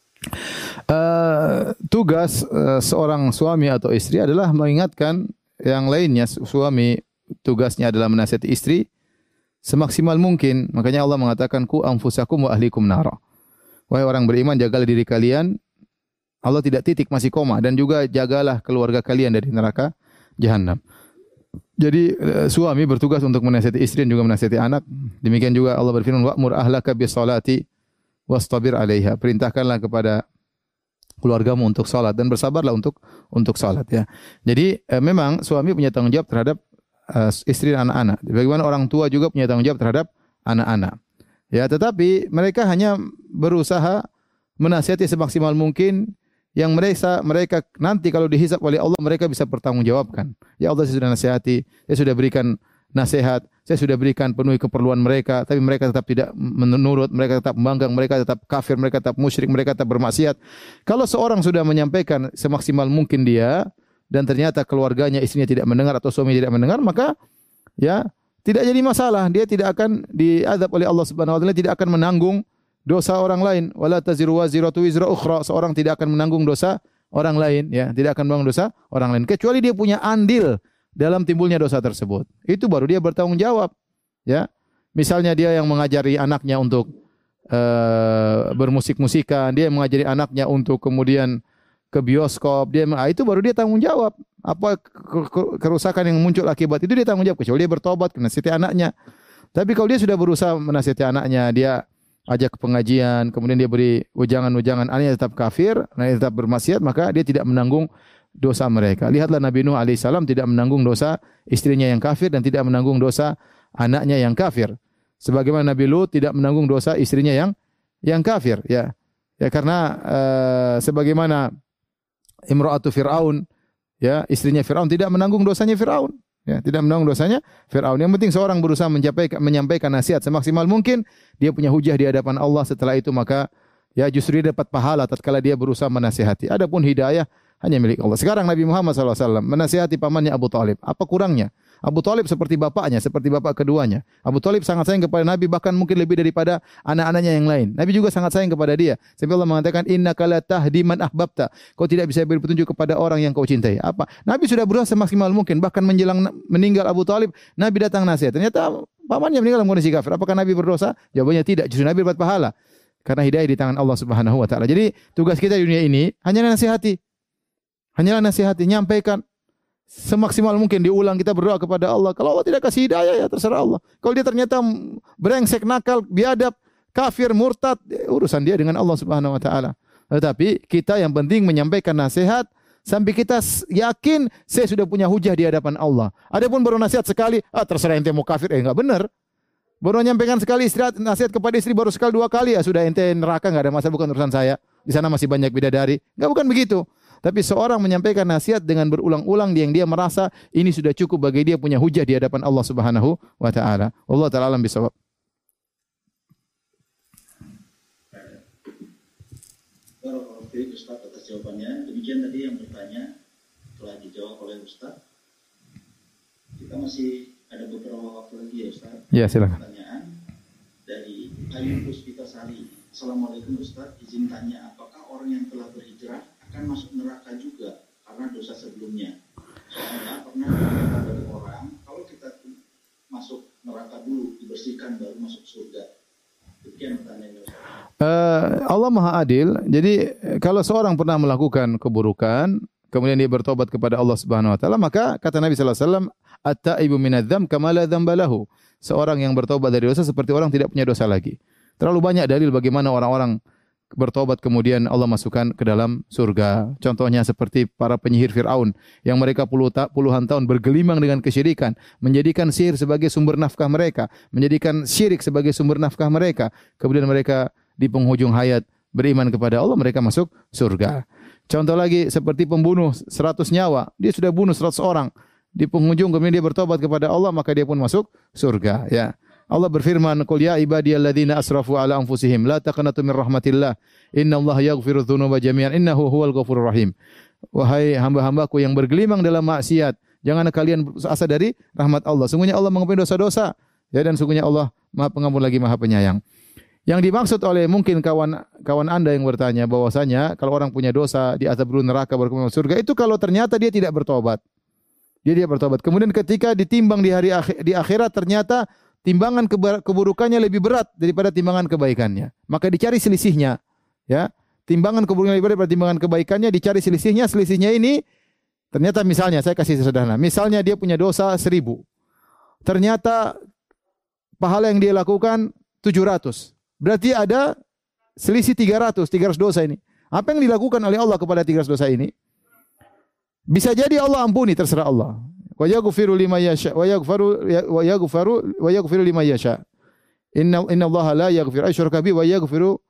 Uh, tugas uh, seorang suami atau istri adalah mengingatkan yang lainnya. Suami tugasnya adalah menasihati istri semaksimal mungkin. Makanya Allah mengatakan ku anfusakum wa ahlikum nara. Wahai orang beriman, jagalah diri kalian. Allah tidak titik, masih koma, dan juga jagalah keluarga kalian dari neraka jahanam. Jadi suami bertugas untuk menasihati istri dan juga menasihati anak. Demikian juga Allah berfirman wa'mur ahlaka bis salati wastabir 'alaiha. Perintahkanlah kepada keluargamu untuk salat dan bersabarlah untuk untuk salat, ya. Jadi eh, memang suami punya tanggung jawab terhadap uh, istri dan anak-anak. Bagaimana orang tua juga punya tanggung jawab terhadap anak-anak. Ya, tetapi mereka hanya berusaha menasihati semaksimal mungkin yang mereka mereka nanti kalau dihisab oleh Allah mereka bisa bertanggungjawabkan. Ya Allah, saya sudah nasihati, saya sudah berikan nasihat, saya sudah berikan penuhi keperluan mereka, tapi mereka tetap tidak menurut, mereka tetap membangkang, mereka tetap kafir, mereka tetap musyrik, mereka tetap bermaksiat. Kalau seorang sudah menyampaikan semaksimal mungkin dia dan ternyata keluarganya, istrinya tidak mendengar atau suami tidak mendengar, maka ya tidak jadi masalah. Dia tidak akan diazab oleh Allah Subhanahu wa taala, tidak akan menanggung dosa orang lain. Wala taziru waziratu wizra ukhra. Seorang tidak akan menanggung dosa orang lain, ya, tidak akan menanggung dosa orang lain kecuali dia punya andil dalam timbulnya dosa tersebut. Itu baru dia bertanggung jawab, ya. Misalnya dia yang mengajari anaknya untuk uh, bermusik-musikan, dia yang mengajari anaknya untuk kemudian ke bioskop, dia ah, itu baru dia tanggung jawab. Apa kerusakan yang muncul akibat itu dia tanggung jawab, kecuali dia bertobat, menasihati anaknya. Tapi kalau dia sudah berusaha menasihati anaknya, dia ajak ke pengajian, kemudian dia beri ujangan-ujangan, anaknya tetap kafir, anaknya tetap bermaksiat, maka dia tidak menanggung dosa mereka. Lihatlah Nabi Nuh alaihissalam tidak menanggung dosa istrinya yang kafir dan tidak menanggung dosa anaknya yang kafir. Sebagaimana Nabi Lut tidak menanggung dosa istrinya yang yang kafir, ya. Ya karena uh, sebagaimana Imra'atu Fir'aun, ya, istrinya Fir'aun tidak menanggung dosanya Fir'aun. Ya, tidak menanggung dosanya Fir'aun. Yang penting seorang berusaha menyampaikan, menyampaikan nasihat semaksimal mungkin, dia punya hujah di hadapan Allah. Setelah itu maka ya justru dia dapat pahala tatkala dia berusaha menasihati. Adapun hidayah hanya milik Allah. Sekarang Nabi Muhammad sallallahu alaihi wasallam menasihati pamannya Abu Thalib. Apa kurangnya? Abu Thalib seperti bapaknya, seperti bapak keduanya. Abu Thalib sangat sayang kepada Nabi, bahkan mungkin lebih daripada anak-anaknya yang lain. Nabi juga sangat sayang kepada dia. Sampai Allah mengatakan, innaka la tahdi man ahbabta. Kau tidak bisa beri petunjuk kepada orang yang kau cintai. Apa? Nabi sudah berusaha semaksimal mungkin. Bahkan menjelang meninggal Abu Thalib, Nabi datang nasihat. Ternyata pamannya meninggal dalam kondisi kafir. Apakah Nabi berdosa? Jawabannya tidak. Justru Nabi dapat pahala. Karena hidayah di tangan Allah Subhanahu wa taala. Jadi tugas kita di dunia ini hanyalah nasihati. Hanyalah nasihati, nyampaikan semaksimal mungkin, diulang, kita berdoa kepada Allah. Kalau Allah tidak kasih hidayah, ya terserah Allah. Kalau dia ternyata brengsek, nakal, biadab, kafir, murtad, ya urusan dia dengan Allah Subhanahu wa taala. Tetapi kita yang penting menyampaikan nasihat sampai kita yakin saya sudah punya hujah di hadapan Allah. Adapun baru nasihat sekali, ah terserah ente mau kafir, eh enggak benar. Baru menyampaikan sekali istri, nasihat kepada istri baru sekali dua kali, ya sudah ente neraka, enggak ada masalah, bukan urusan saya. Di sana masih banyak bidadari. Enggak, bukan begitu. Tapi seorang menyampaikan nasihat dengan berulang-ulang yang dia merasa ini sudah cukup bagi dia punya hujah di hadapan Allah Subhanahu wa taala. Allah taala alam bisawab. Baik, Ustaz atas jawabannya. Demikian tadi yang bertanya telah dijawab oleh Ustaz. Kita masih ada beberapa waktu lagi ya Ustaz. Ya, silakan. Pertanyaan dari Ayu Puspitasari. Assalamualaikum Ustaz, izin tanya, apakah orang yang telah berhijrah akan masuk neraka juga karena dosa sebelumnya? Soalnya pernah dengar dari orang, kalau kita masuk neraka dulu, dibersihkan baru masuk surga. Demikian pertanyaannya. Uh, Allah Maha Adil. Jadi kalau seorang pernah melakukan keburukan, kemudian dia bertobat kepada Allah Subhanahu wa taala, maka kata Nabi sallallahu alaihi wasallam, at-taibu minadz-dzamb kama la dzamba lahu. Seorang yang bertobat dari dosa seperti orang tidak punya dosa lagi. Terlalu banyak dalil bagaimana orang-orang bertobat kemudian Allah masukkan ke dalam surga. Contohnya seperti para penyihir Fir'aun yang mereka puluh ta puluhan tahun bergelimang dengan kesyirikan, menjadikan sihir sebagai sumber nafkah mereka, menjadikan syirik sebagai sumber nafkah mereka. Kemudian mereka di penghujung hayat beriman kepada Allah, mereka masuk surga. Contoh lagi seperti pembunuh seratus nyawa, dia sudah bunuh seratus orang. Di penghujung kemudian dia bertobat kepada Allah, maka dia pun masuk surga, ya. Allah berfirman, "Qul ya ibadiyalladzina asrafu ala anfusihim la taqnatu min rahmatillah. Innallaha yaghfiru dzunuba jami'an innahu huwal ghafurur rahim." Wahai hamba-hambaku yang bergelimang dalam maksiat, jangan kalian berasa dari rahmat Allah. Sungguhnya Allah mengampuni dosa-dosa, ya, dan sungguhnya Allah Maha Pengampun lagi Maha Penyayang. Yang dimaksud oleh mungkin kawan kawan Anda yang bertanya bahwasanya kalau orang punya dosa diazab dulu neraka baru masuk surga, itu kalau ternyata dia tidak bertobat. Dia dia bertobat. Kemudian ketika ditimbang di hari akhir, di akhirat ternyata timbangan keburukannya lebih berat daripada timbangan kebaikannya. Maka dicari selisihnya, ya. Timbangan keburukannya lebih berat daripada timbangan kebaikannya, dicari selisihnya. Selisihnya ini ternyata misalnya saya kasih sederhana. Misalnya dia punya dosa seribu. Ternyata pahala yang dia lakukan tujuh ratus. Berarti ada selisih tiga ratus, tiga ratus dosa ini. Apa yang dilakukan oleh Allah kepada tiga ratus dosa ini? Bisa jadi Allah ampuni, terserah Allah. Wa yaghfiru liman yasha wa yaghfiru wa yaghfiru wa yaghfiru liman yasha. Inna innallaha la yaghfiru asyraka bi wa yaghfiru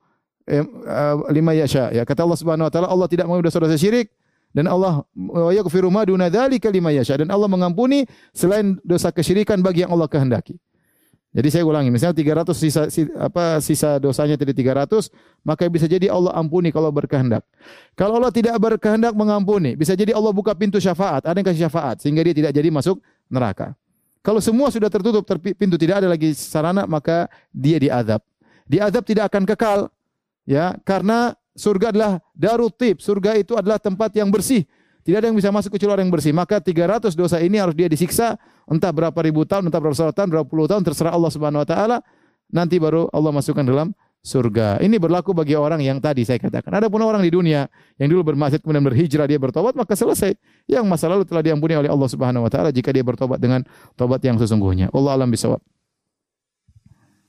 liman yasha. Ya, kata Allah Subhanahu wa taala, Allah tidak mengampuni dosa-dosa syirik dan Allah wa yaghfiru ma duna dzalika liman yasha, dan Allah mengampuni selain dosa kesyirikan bagi yang Allah kehendaki. Jadi saya ulangi, misalnya tiga ratus sisa, sisa apa sisa dosanya tadi tiga ratus, maka bisa jadi Allah ampuni kalau berkehendak. Kalau Allah tidak berkehendak mengampuni, bisa jadi Allah buka pintu syafaat, ada yang kasih syafaat sehingga dia tidak jadi masuk neraka. Kalau semua sudah tertutup, terpi, pintu tidak ada lagi sarana, maka dia diazab. Diazab tidak akan kekal, ya, karena surga adalah darut tib, surga itu adalah tempat yang bersih. Tidak ada yang bisa masuk kecuali orang yang bersih. Maka tiga ratus dosa ini harus dia disiksa entah berapa ribu tahun, entah berapa ratus tahun, berapa puluh tahun, terserah Allah Subhanahu wa taala. Nanti baru Allah masukkan dalam surga. Ini berlaku bagi orang yang tadi saya katakan. Adapun orang di dunia yang dulu bermaksiat kemudian berhijrah, dia bertobat, maka selesai. Yang masa lalu telah diampuni oleh Allah Subhanahu wa taala jika dia bertobat dengan tobat yang sesungguhnya. Allah alam bisawab.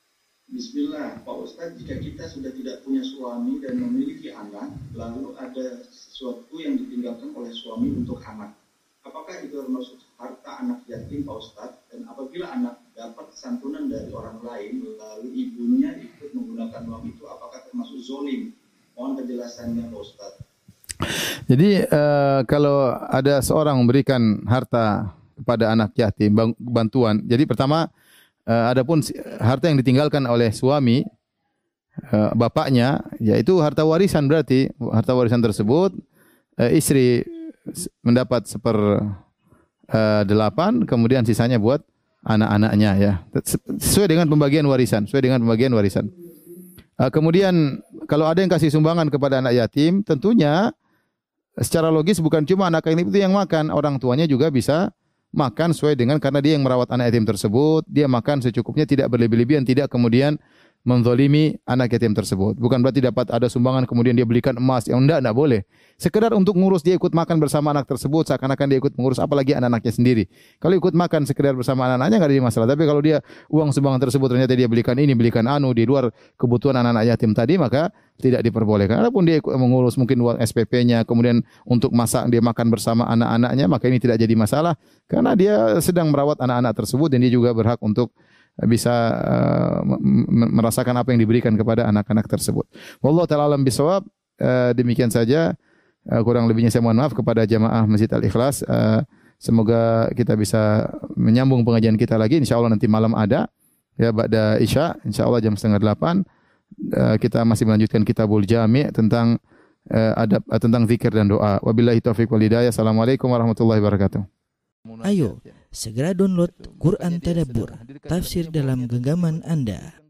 Bismillah, Pak Ustadz, jika kita sudah tidak punya suami dan memiliki anak, lalu ada sesuatu yang ditinggalkan oleh suami untuk anak, apakah itu termasuk harta anak yatim, Pak Ustadz? Dan apabila anak dapat santunan dari orang lain, lalu ibunya ikut menggunakan uang itu, apakah termasuk zolim? Mohon penjelasannya, Pak Ustadz. Jadi uh, kalau ada seorang memberikan harta kepada anak yatim, bantuan. Jadi pertama, uh, adapun harta yang ditinggalkan oleh suami, uh, bapaknya, yaitu harta warisan berarti harta warisan tersebut uh, istri mendapat seper uh, delapan, kemudian sisanya buat anak-anaknya ya, sesuai dengan pembagian warisan, sesuai dengan pembagian warisan. Uh, kemudian kalau ada yang kasih sumbangan kepada anak yatim, tentunya secara logis bukan cuma anak yatim itu yang makan, orang tuanya juga bisa makan sesuai dengan, karena dia yang merawat anak yatim tersebut, dia makan secukupnya, tidak berlebih-lebihan, tidak kemudian menzalimi anak yatim tersebut. Bukan berarti dapat ada sumbangan kemudian dia belikan emas, yang enggak, enggak boleh. Sekedar untuk ngurus, dia ikut makan bersama anak tersebut, seakan-akan dia ikut mengurus, apalagi anak-anaknya sendiri. Kalau ikut makan sekedar bersama anak-anaknya enggak ada masalah. Tapi kalau dia uang sumbangan tersebut ternyata dia belikan ini, belikan anu di luar kebutuhan anak-anak yatim tadi, maka tidak diperbolehkan. Adapun dia ikut mengurus mungkin uang S P P-nya, kemudian untuk masak dia makan bersama anak-anaknya, maka ini tidak jadi masalah karena dia sedang merawat anak-anak tersebut dan dia juga berhak untuk bisa uh, merasakan apa yang diberikan kepada anak-anak tersebut. Wallahu ta'ala alam bisawab. Uh, demikian saja. Uh, kurang lebihnya saya mohon maaf kepada jamaah Masjid Al-Ikhlas. Uh, semoga kita bisa menyambung pengajian kita lagi. InsyaAllah nanti malam ada. Ya, ba'da Isya. InsyaAllah jam setengah delapan. Uh, kita masih melanjutkan Kitabul Jami' tentang uh, adab, uh, tentang zikir dan doa. Wabillahi taufiq wal hidayah. Assalamualaikum warahmatullahi wabarakatuh. Ayo, segera download Quran Tadabbur, tafsir dalam genggaman Anda.